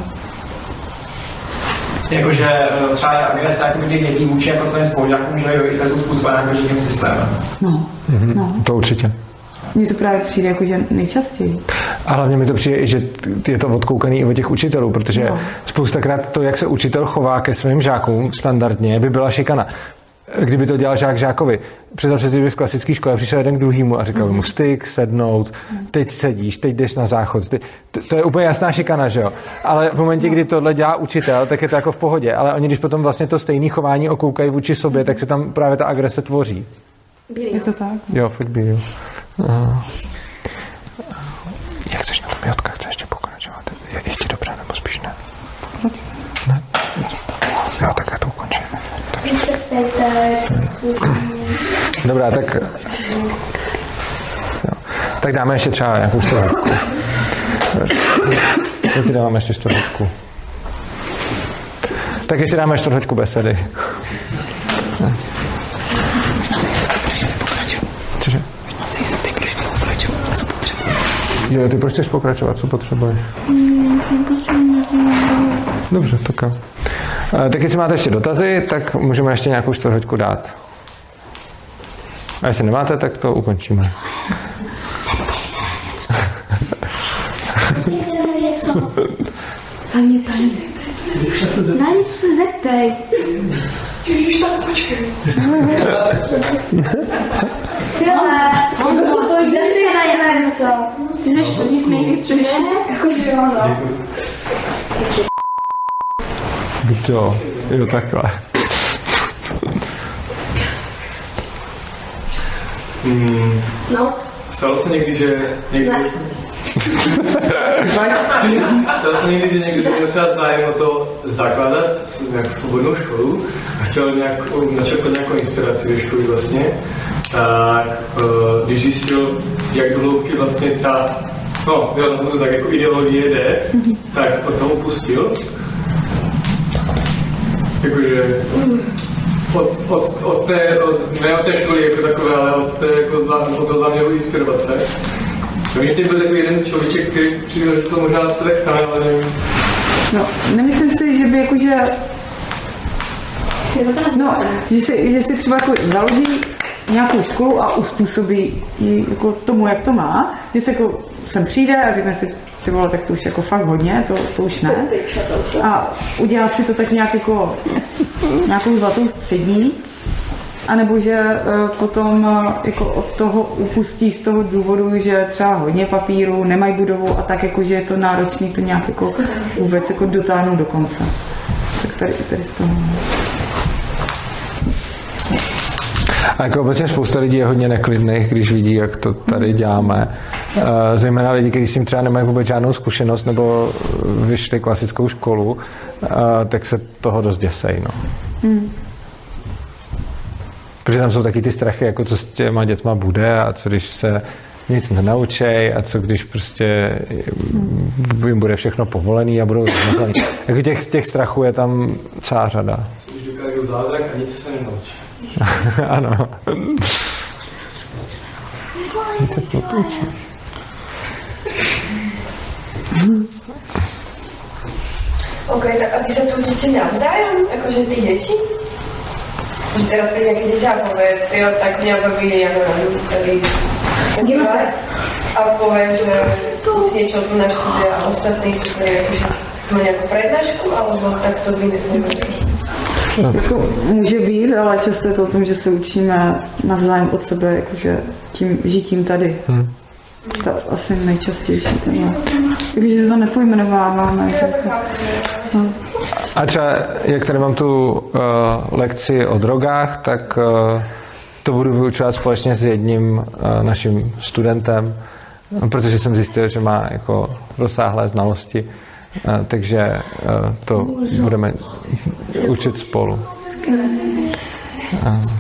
Jakože třeba agrese jako kdy dětí vůči jako svým spolužákům může dojít se tu způsobem jako řídím systémem. No, mm-hmm. no. To určitě. Mně to právě přijde jakože nejčastěji. A hlavně mi to přijde, že je to odkoukaný i od těch učitelů, protože no. spoustakrát to, jak se učitel chová ke svým žákům standardně, by byla šikana. Kdyby to dělal žák žákovi. Představ si, kdyby v klasické škole přišel jeden k druhému a říkal mm. mu styk, sednout, teď sedíš, teď jdeš na záchod. Teď... To, to je úplně jasná šikana, že jo? Ale v momentě, kdy tohle dělá učitel, tak je to jako v pohodě. Ale oni, když potom vlastně to stejné chování okoukají vůči sobě, tak se tam právě ta agrese tvoří. Je to tak? Jo, fakt byl. Uh, jak chceš na tom, Jotka? Chceš ještě pokračovat? Je, je ti dobře, nebo spíš ne? Ne? Jo, tak to ukončíme. Dobrá, tak... Jo. Tak dáme ještě třeba nějakou čtvrtku. Já ti dáváme ještě čtvrtku. Tak ještě dáme čtvrtku besedy. Cože? Jo, ty proč chceš pokračovat? Co potřebuješ? Dobře, tak jo. Tak jestli máte ještě dotazy, tak můžeme ještě nějakou čtvrthoďku dát. A jestli nemáte, tak to ukončíme. Pane, pane. Na něco se zeptej. Ježiš, tak počkej. Skvělé. Co to jde na něco? Ty jsi podivný i třešně. Jakože jo, no. Jo, jo, takhle. Hmm. No. Stalo se někdy, že někdo... Ne. Stalo se někdy, že někdo měl třeba zájem o to zakládat nějakou svobodnou školu a chtěl nějak, načerpat nějakou inspiraci do školy vlastně, tak když zjistil, jak do hloubky vlastně ta, no, já to tak jako ideologie jde, tak od toho pustil. Jakože od, od, od té, od, ne od té školy jako takové, ale od té jako od toho záměru inspirovat se. No, mě teď byl takový jeden člověček, který přijde, že to možná se tak stane, ale nevím. No, nemyslím si, že by jakože... No, že si, že si třeba jako založí nějakou školu a uspůsobí ji jako tomu, jak to má. Že se jako sem přijde a řekne si, ty vole, tak to už jako fakt hodně, to, to už ne. A udělá si to tak nějak jako nějakou zlatou střední. A nebo že uh, potom uh, jako od toho upustí z toho důvodu, že třeba hodně papíru, nemají budovu a tak jako, že je to náročný to nějak jako vůbec jako dotáhnout do konce. Tak tady, tady z toho. A jako obecně spousta lidí je hodně neklidných, když vidí, jak to tady děláme. Uh, zejména lidi, kteří s tím třeba nemají vůbec žádnou zkušenost nebo vyšli klasickou školu, uh, tak se toho dost děsej, no. Hmm. Protože tam jsou taky ty strachy, jako co s těma dětma bude a co když se nic nenaučej a co když prostě jim bude všechno povolený a budou zmazaný. Jako těch, těch strachů je tam celá řada. Když dokážou zázrak a nic se nenaučí. Ano. Nic se nenaučí. OK, tak aby se to učíte navzájem, jakože ty děti? Že teraz pri nejaký deťa povie, jo, tak mňa baví, ja neviem, tady sa dívať a poviem, že si niečo tu navštívia a ostatných, to je akože má nejakú prednášku, alebo tak to by nebude. Jako může být, ale často je to o tom, že se učíme navzájem od sebe, jakože tím žitím tady. Hmm. To asi nejčastější téma. Takže se to nepojmenováváme. No. A třeba, jak tady mám tu uh, lekci o drogách, tak uh, to budu vyučovat společně s jedním uh, naším studentem, protože jsem zjistil, že má jako rozsáhlé znalosti, uh, takže uh, to budeme učit spolu. Uh.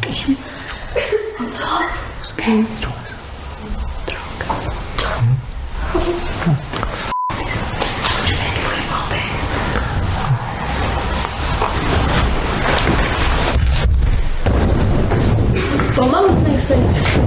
Pomalu jsme se.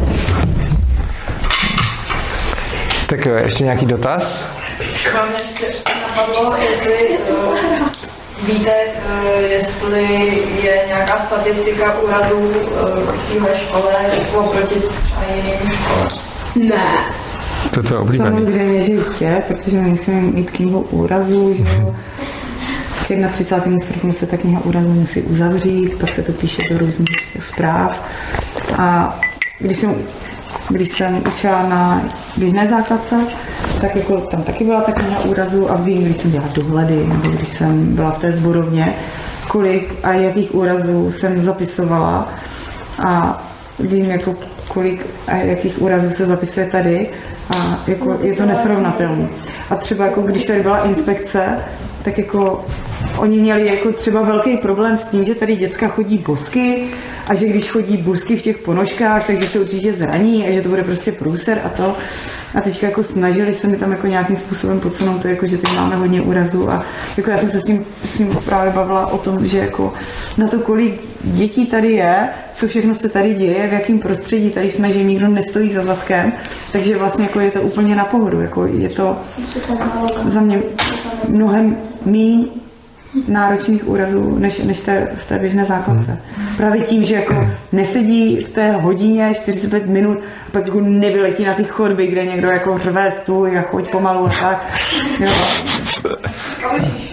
Tak jo, ještě nějaký dotaz? Mám ještě napadlo, jestli uh, víte, uh, jestli je nějaká statistika úrazů uh, v téhle škole oproti jiným školám. Ne. To je oblíbené. Samozřejmě, že je, protože my musíme mít knihu úrazů, že jo. K třicátému prvnímu srpnu se ta kniha úrazů musí uzavřít, pak se to píše do různých zpráv. A když jsem, když jsem učila na běžné základce, tak jako tam taky byla ta kniha úrazů a vím, když jsem dělala dohledy, nebo když jsem byla v té sborovně, kolik a jakých úrazů jsem zapisovala a vím, jako kolik a jakých úrazů se zapisuje tady a jako je to nesrovnatelné. A třeba jako když tady byla inspekce, tak jako oni měli jako třeba velký problém s tím, že tady děcka chodí bosky a že když chodí bosky v těch ponožkách, takže se určitě zraní a že to bude prostě průser a to. A teďka jako snažili se mi tam jako nějakým způsobem podsunout to, jako, že teď máme hodně úrazů a jako já jsem se s tím, s tím právě bavila o tom, že jako na to, kolik dětí tady je, co všechno se tady děje, v jakém prostředí tady jsme, že nikdo nestojí za zadkem, takže vlastně jako je to úplně na pohodu, jako je to za mě mnohem míň náročných úrazů, než, než té, v té běžné základce. Právě tím, že jako nesedí v té hodině čtyřicet pět minut a pak jako nevyletí na ty chodby, kde někdo jako řve stůj a choď pomalu a tak. Jo.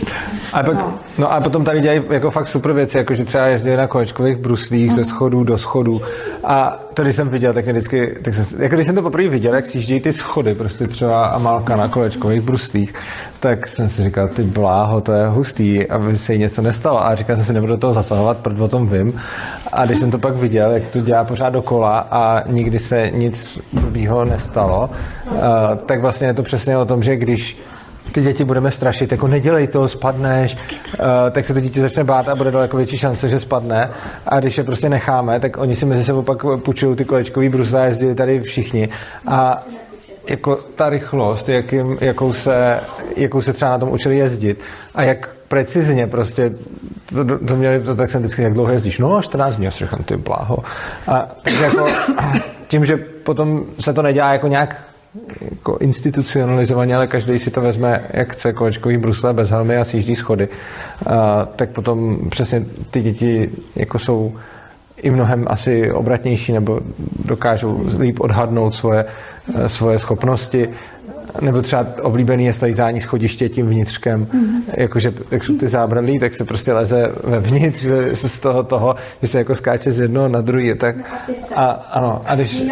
A pak, no. no a potom tady dělají jako fakt super věci, jako že třeba jezdí na kolečkových bruslích ze schodů do schodů. A to, když jsem viděl, tak mě vždycky, tak jsem, jako když jsem to poprvé viděl, jak sjíždějí ty schody, prostě třeba Amálka na kolečkových bruslích, tak jsem si říkal, ty bláho, to je hustý, aby se jí něco nestalo. A říkal jsem si, nebudu do toho zasahovat, protože o tom vím. A když jsem to pak viděl, jak to dělá pořád dokola a nikdy se nic blbýho nestalo, uh, tak vlastně je to přesně o tom, že když ty děti budeme strašit, jako nedělej to, spadneš, uh, tak se to dítě začne bát a bude daleko větší šance, že spadne. A když je prostě necháme, tak oni si mezi sebou pak půjčují ty kolečkový brusle a jezdili tady všichni. A jako ta rychlost, jakým, jakou, se, jakou se třeba na tom učili jezdit a jak precizně prostě to, to měli, to, tak jsem vždycky, jak dlouho jezdíš? No, čtrnáct dní, říkám, ty bláho. A takže jako tím, že potom se to nedělá jako nějak jako institucionalizovaně, ale každý si to vezme, jak chce, kolečkový brusle bez helmy a sjíždí schody, a, tak potom přesně ty děti jako jsou i mnohem asi obratnější nebo dokážou líp odhadnout svoje, svoje schopnosti. Nebo třeba oblíbený je slízání schodiště tím vnitřkem, mm-hmm. jakože jak jsou ty zábradlí, tak se prostě leze vevnitř z toho toho, že se jako skáče z jednoho na druhý. Tak a, ano, a když,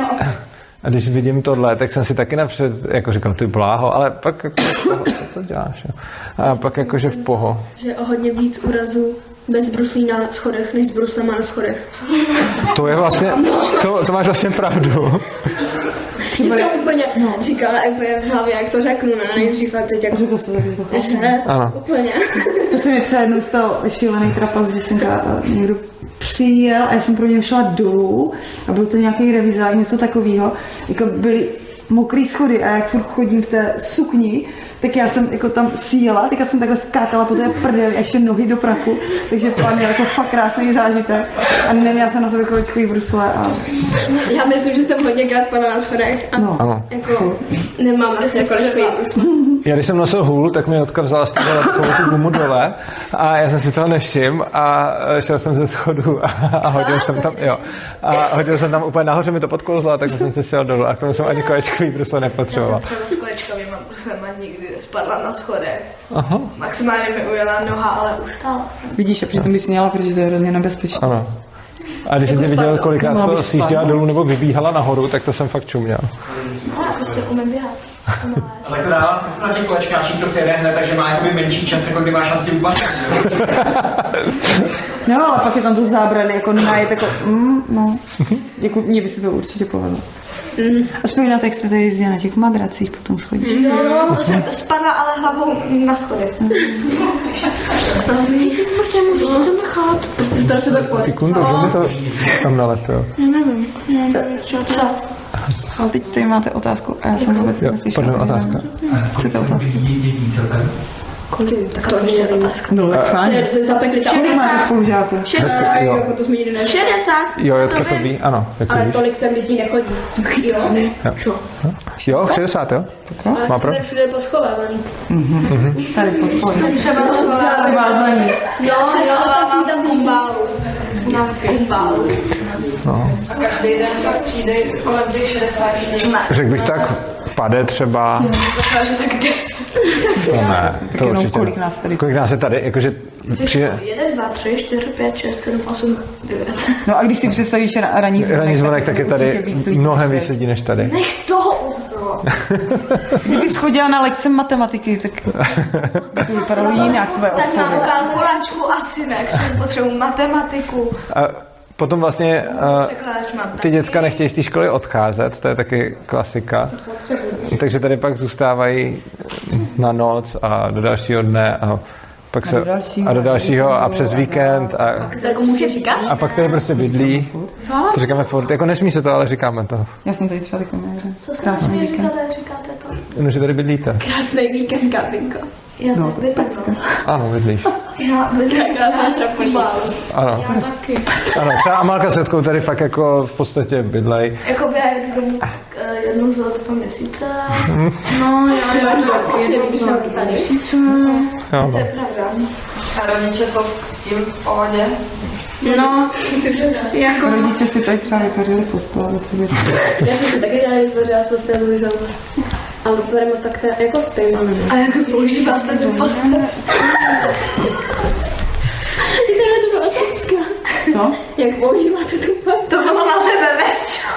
a když vidím tohle, tak jsem si taky napřed jako říkal, ty bláho, ale pak jako v poho, co to děláš? Jo? A pak jakože v poho. Že o hodně víc úrazů bez bruslí na schodech, než s bruslema na schodech. To je vlastně, to, to máš vlastně pravdu. Když jsem úplně no. říkala úplně v hlavě, jak to řeknu, ne? Nejdřív a teď jako... Řekl jsi tak, že to chápu. Ano. Úplně. To se mi třeba jednou stal šílený trapas, že jsem někdo přijel a já jsem pro něj šla dolů a byl to nějaký revizák, něco takového. Jako byly mokrý schody a jak furt chodím v té sukni, tak já jsem jako tam síjela, teďka jsem takhle skákala po té prdeli a ještě nohy do prachu, takže to měl jako fakt krásný zážitek a neměla jsem na sobě kolečkový brusle a... Já myslím, že jsem hodněkrát spadla na schodech a no. jako nemám asi kolečkový brusle. Já když jsem nosil hůl, tak mi Jotka vzala z toho takovou tu gumu dole a já jsem si toho nevšiml a šel jsem ze schodu a, a hodil jsem tam, jo, a hodil jsem tam úplně nahoře, mi to podkouzlo a tak jsem si sjel dolů a k tomu jsem ani kolečkový brusle nepotřeboval. Já jsem třeba s kolečkovýma bruslema nikdy spadla na schodech. Aha. Maximálně mi ujela noha, ale ustála jsem. Vidíš, a přitom bys měla, protože to je hrozně nebezpečné. Ano. A když jsem tě viděl, kolikrát to sjížděla dolů nebo vybíhala nahoru, tak to jsem fakt čuměl. No, já prostě umím běhat. A tak to dává smysl na těch kolečkáčích, to si jede hned, takže má jakoby menší čas, jako kdy má šanci upadat. No, ale pak je tam to zábradlí, jako najet, jako, mm, no, jako mně by se to určitě povedlo. Mm. A vzpomínáte, jak jste tady jezdila na těch madracích po tom schodíš? Jo, no, to jsem spadla ale hlavou na schody. Prostě můžu to nechat. Zdar se bude Ty kundo, kdo by to tam nalepil? Nevím. Co? Ale teď tady máte otázku a já jsem vůbec neslyšela. Pardon, otázka. Chcete otázku? Kolik? Tak to ještě je otázka. No, tak schválně. To je zapekli tam. Kolik máte spolužáků? šedesát, jako to jsme nikdy nevěděli. šedesát. Jo, Jotka to ví, ano. Ale tolik sem lidí nechodí. Jo? Jo. Jo, šedesát, jo? Má pro? Ale všude je poschovávaný. Tady podpoň. Třeba schovávaný. Jo, se schovávám tam v kumbálu. U nás v kumbálu. No. A každý den pak přijde kolem těch šedesáti dní. Řekl bych tak, pade třeba... To ne, to určitě. Kolik nás tady? Kolik nás je tady, jakože přijde... jeden, dva, tři, čtyři, pět, šest, sedm, osm, devět. No a když si představíš ranní zvonek, ranní zvonek, tak je tady mnohem víc lidí než tady. Nech toho odzoru. Kdybys chodila na lekce matematiky, tak to vypadalo jinak tvoje Tak odpověď. mám kalkulačku asi ne, jsem potřebuji matematiku. A potom vlastně uh, ty děcka nechtějí z té školy odcházet, to je taky klasika. Takže tady pak zůstávají na noc a do dalšího dne a pak se, a do dalšího, a, do dalšího a přes víkend a, jako může říkat? A pak tady prostě bydlí. To říkáme furt, jako nesmí se to, ale říkáme to. Já jsem tady třeba takový nejde. Co se nesmí říkat, říkáte to? No, že tady bydlíte. Krásný víkend, Gabinko. Já no, bydlím. Ano, bydlíš. Já bydlím krásná trapolí. Ano. Já taky. Ano, třeba Amálka s Jotkou tady fakt jako v podstatě bydlej. Jakoby já jdu domů jednou za dva měsíce. No, já jdu jednou za dva měsíce. To je pravda. A rodiče jsou s tím v pohodě? No, jako... Rodiče si tady třeba vytvořili postel. Já jsem si taky dělala vytvořila postel s Luizou. Ale to tady moc tak jako spím. A jako používáte tu postel? To byla otázka. Co? Jak používáte tu pastu? To bylo na tebe, Verčo.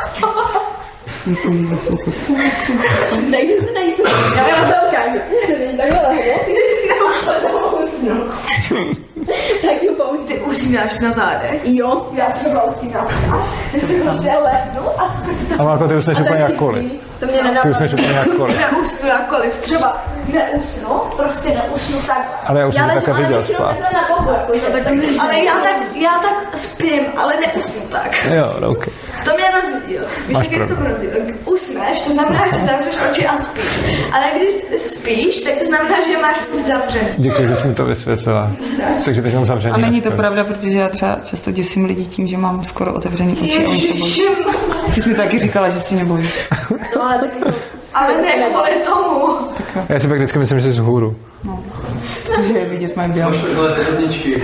Takže to není to. Já vám to ukážu. Se není takhle lehno. A potom usnu. Tak jo, použiju. Ty usínáš na zádech? Jo, já třeba usínám. To se lehnu a spím. A Marko, ty usneš úplně jakkoliv. To mě nedá. Ty usneš úplně jakkoliv. Neusnu jakkoliv. Třeba neusnu, prostě neusnu tak. Ale já už jsem to takhle viděl spát. Ale já tak, já tak spím, ale neusnu tak. Jo, no, ok. To mě rozdíl. Víš, jak je to rozdíl? Usneš, to znamená, že zavřeš oči a spíš. Ale když spíš, tak to znamená, že máš furt zavřený. Děkuji, že jsi mi to vysvětlila. Takže teď mám zavřený. A není to pravda, protože já třeba často děsím lidi tím, že mám skoro otevřený oči a oni se bojí. Ty jsi mi taky říkala, že si nebojíš. No, ale taky to... Ale ne kvůli tomu. Já si pak vždycky myslím, že jsi z hůru. No. Protože je vidět moje bělé. Máš takové tehodičky.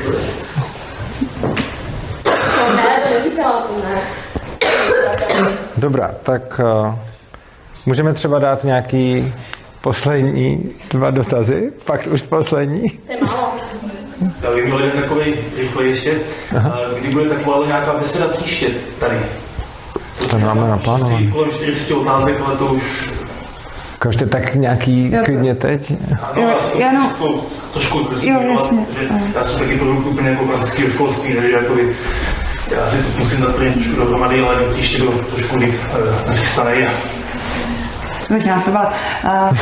To ne, to neříkala, to ne. Dobrá, tak uh, můžeme třeba dát nějaký poslední dva dotazy? Fakt už poslední? To je málo. Já bych měl jeden takový rychlej ještě. Kdy bude taková nějaká beseda příště tady? To nemáme naplánované. Kolem čtyřicet otázek, ale to už... Kažte tak nějaký Já to... klidně teď? No, jo, já, já no... trošku jo, jasně. Já jsem taky produkt úplně jako klasického školství, takže jakoby, já si to musím dát prvně trošku dohromady, ale příště byl trošku nachystanej. Začíná se bát. Uh,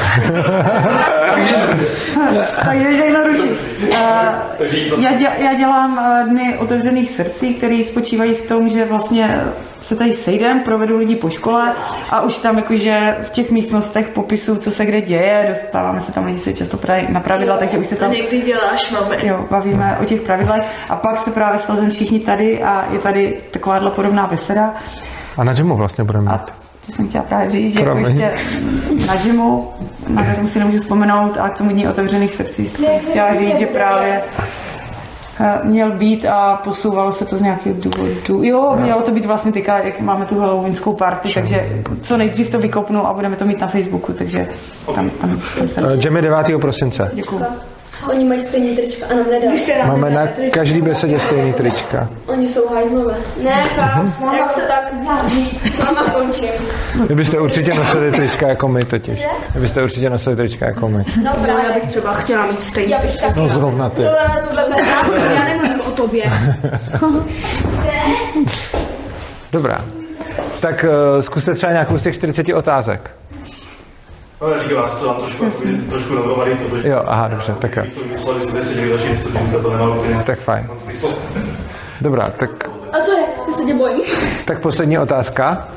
takže jednodušší. Uh, já, děl, já dělám uh, dny otevřených srdcí, které spočívají v tom, že vlastně se tady sejdem, provedu lidi po škole a už tam jakože v těch místnostech popisuju, co se kde děje, dostáváme se tam lidi se často na pravidla, takže už se tam... Někdy děláš, máme. Jo, bavíme o těch pravidlech a pak se právě slezem všichni tady a je tady takováhle podobná beseda. A na gymu vlastně budeme mít? To jsem chtěla právě říct, že jako ještě na gymu, na kterém si nemůžu vzpomenout, a k tomu dní otevřených srdcí jsem chtěla říct, že právě měl být a posouvalo se to z nějakého důvodu. Jo, mělo to být vlastně teďka, jak máme tu halloweenskou party, takže co nejdřív to vykopnu a budeme to mít na Facebooku, takže tam, tam, tam se... Jdeme devátého prosince. Děkuju. Oni mají stejný trička a nám nedá. Máme na každý besedě stejný trička. Oni jsou hajzlové. Ne, chápu, s váma se tak s váma končím. Vy byste určitě nosili trička jako my totiž. Vy byste určitě nosili trička jako my. No právě, já bych třeba chtěla mít stejný trička. No zrovna ty. Já nemluvím o tobě. Dobrá. Tak uh, zkuste třeba nějakou z těch čtyřiceti otázek. No, já říkám, vás to dám trošku, trošku dohromady, protože... Jo, aha, dobře, tak jo. To vymysleli jsme deset minut, další deset minut, to nemá úplně... Tak fajn. Dobrá, tak... A co je? Ty se tě bojíš? Tak poslední otázka.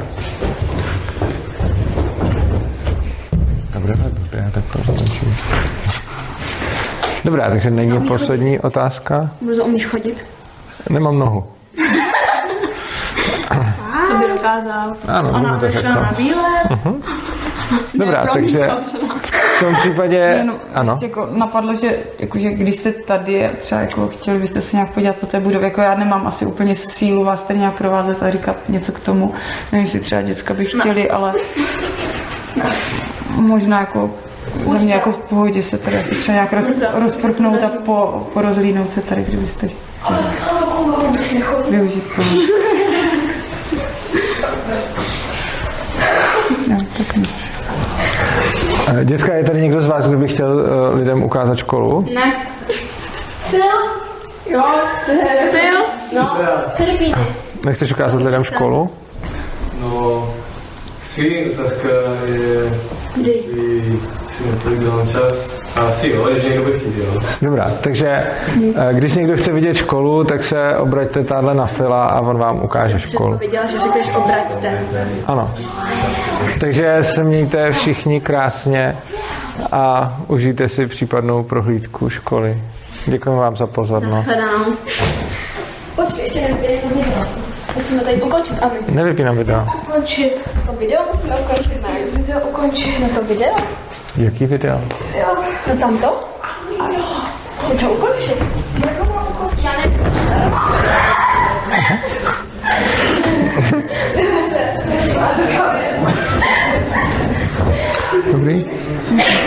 Dobré, dobré, tak to skončím. Dobrá, takže není poslední otázka. Možná umíš chodit? Nemám nohu. To by dokázal. Ano, ona to šla na výlet. Uh-huh. Dobrá, ne, takže v tom případě, no, ano. Prostě jako napadlo, že, jako, že když jste tady třeba jako chtěli byste se nějak podívat po té budově, jako já nemám asi úplně sílu vás tady nějak provázet a říkat něco k tomu. Nevím, jestli třeba děcka by chtěli, no. Ale možná jako za mě jako v pohodě se tady asi třeba nějak rozprknout a po, porozlídnout se tady, kdybyste chtěli využít toho. No, tak ne. Děcka, je tady někdo z vás, kdo by chtěl uh, lidem ukázat školu? Ne. Phil? Jo, to je Phil? No, Filipíny. Nechceš ukázat lidem školu? No, chci, otázka je, kdy si netolik dám čas. Asi jo, když někdo by chtěl. Dobrá, takže když někdo chce vidět školu, tak se obraťte tahle na Fila a on vám ukáže školu. Jsem viděla, že řekneš obraťte. Ano. Takže se mějte všichni krásně a užijte si případnou prohlídku školy. Děkuji vám za pozornost. Nashledanou. Počkej, ještě nevypínám video. Musíme tady ukončit, aby. Nevypínám video. Ukončit. To video musíme ukončit, ne? Video ukončit. No to video? Jaký video? Jo, no tamto. Ano. To to ukončit. Já nevím. Dobrý?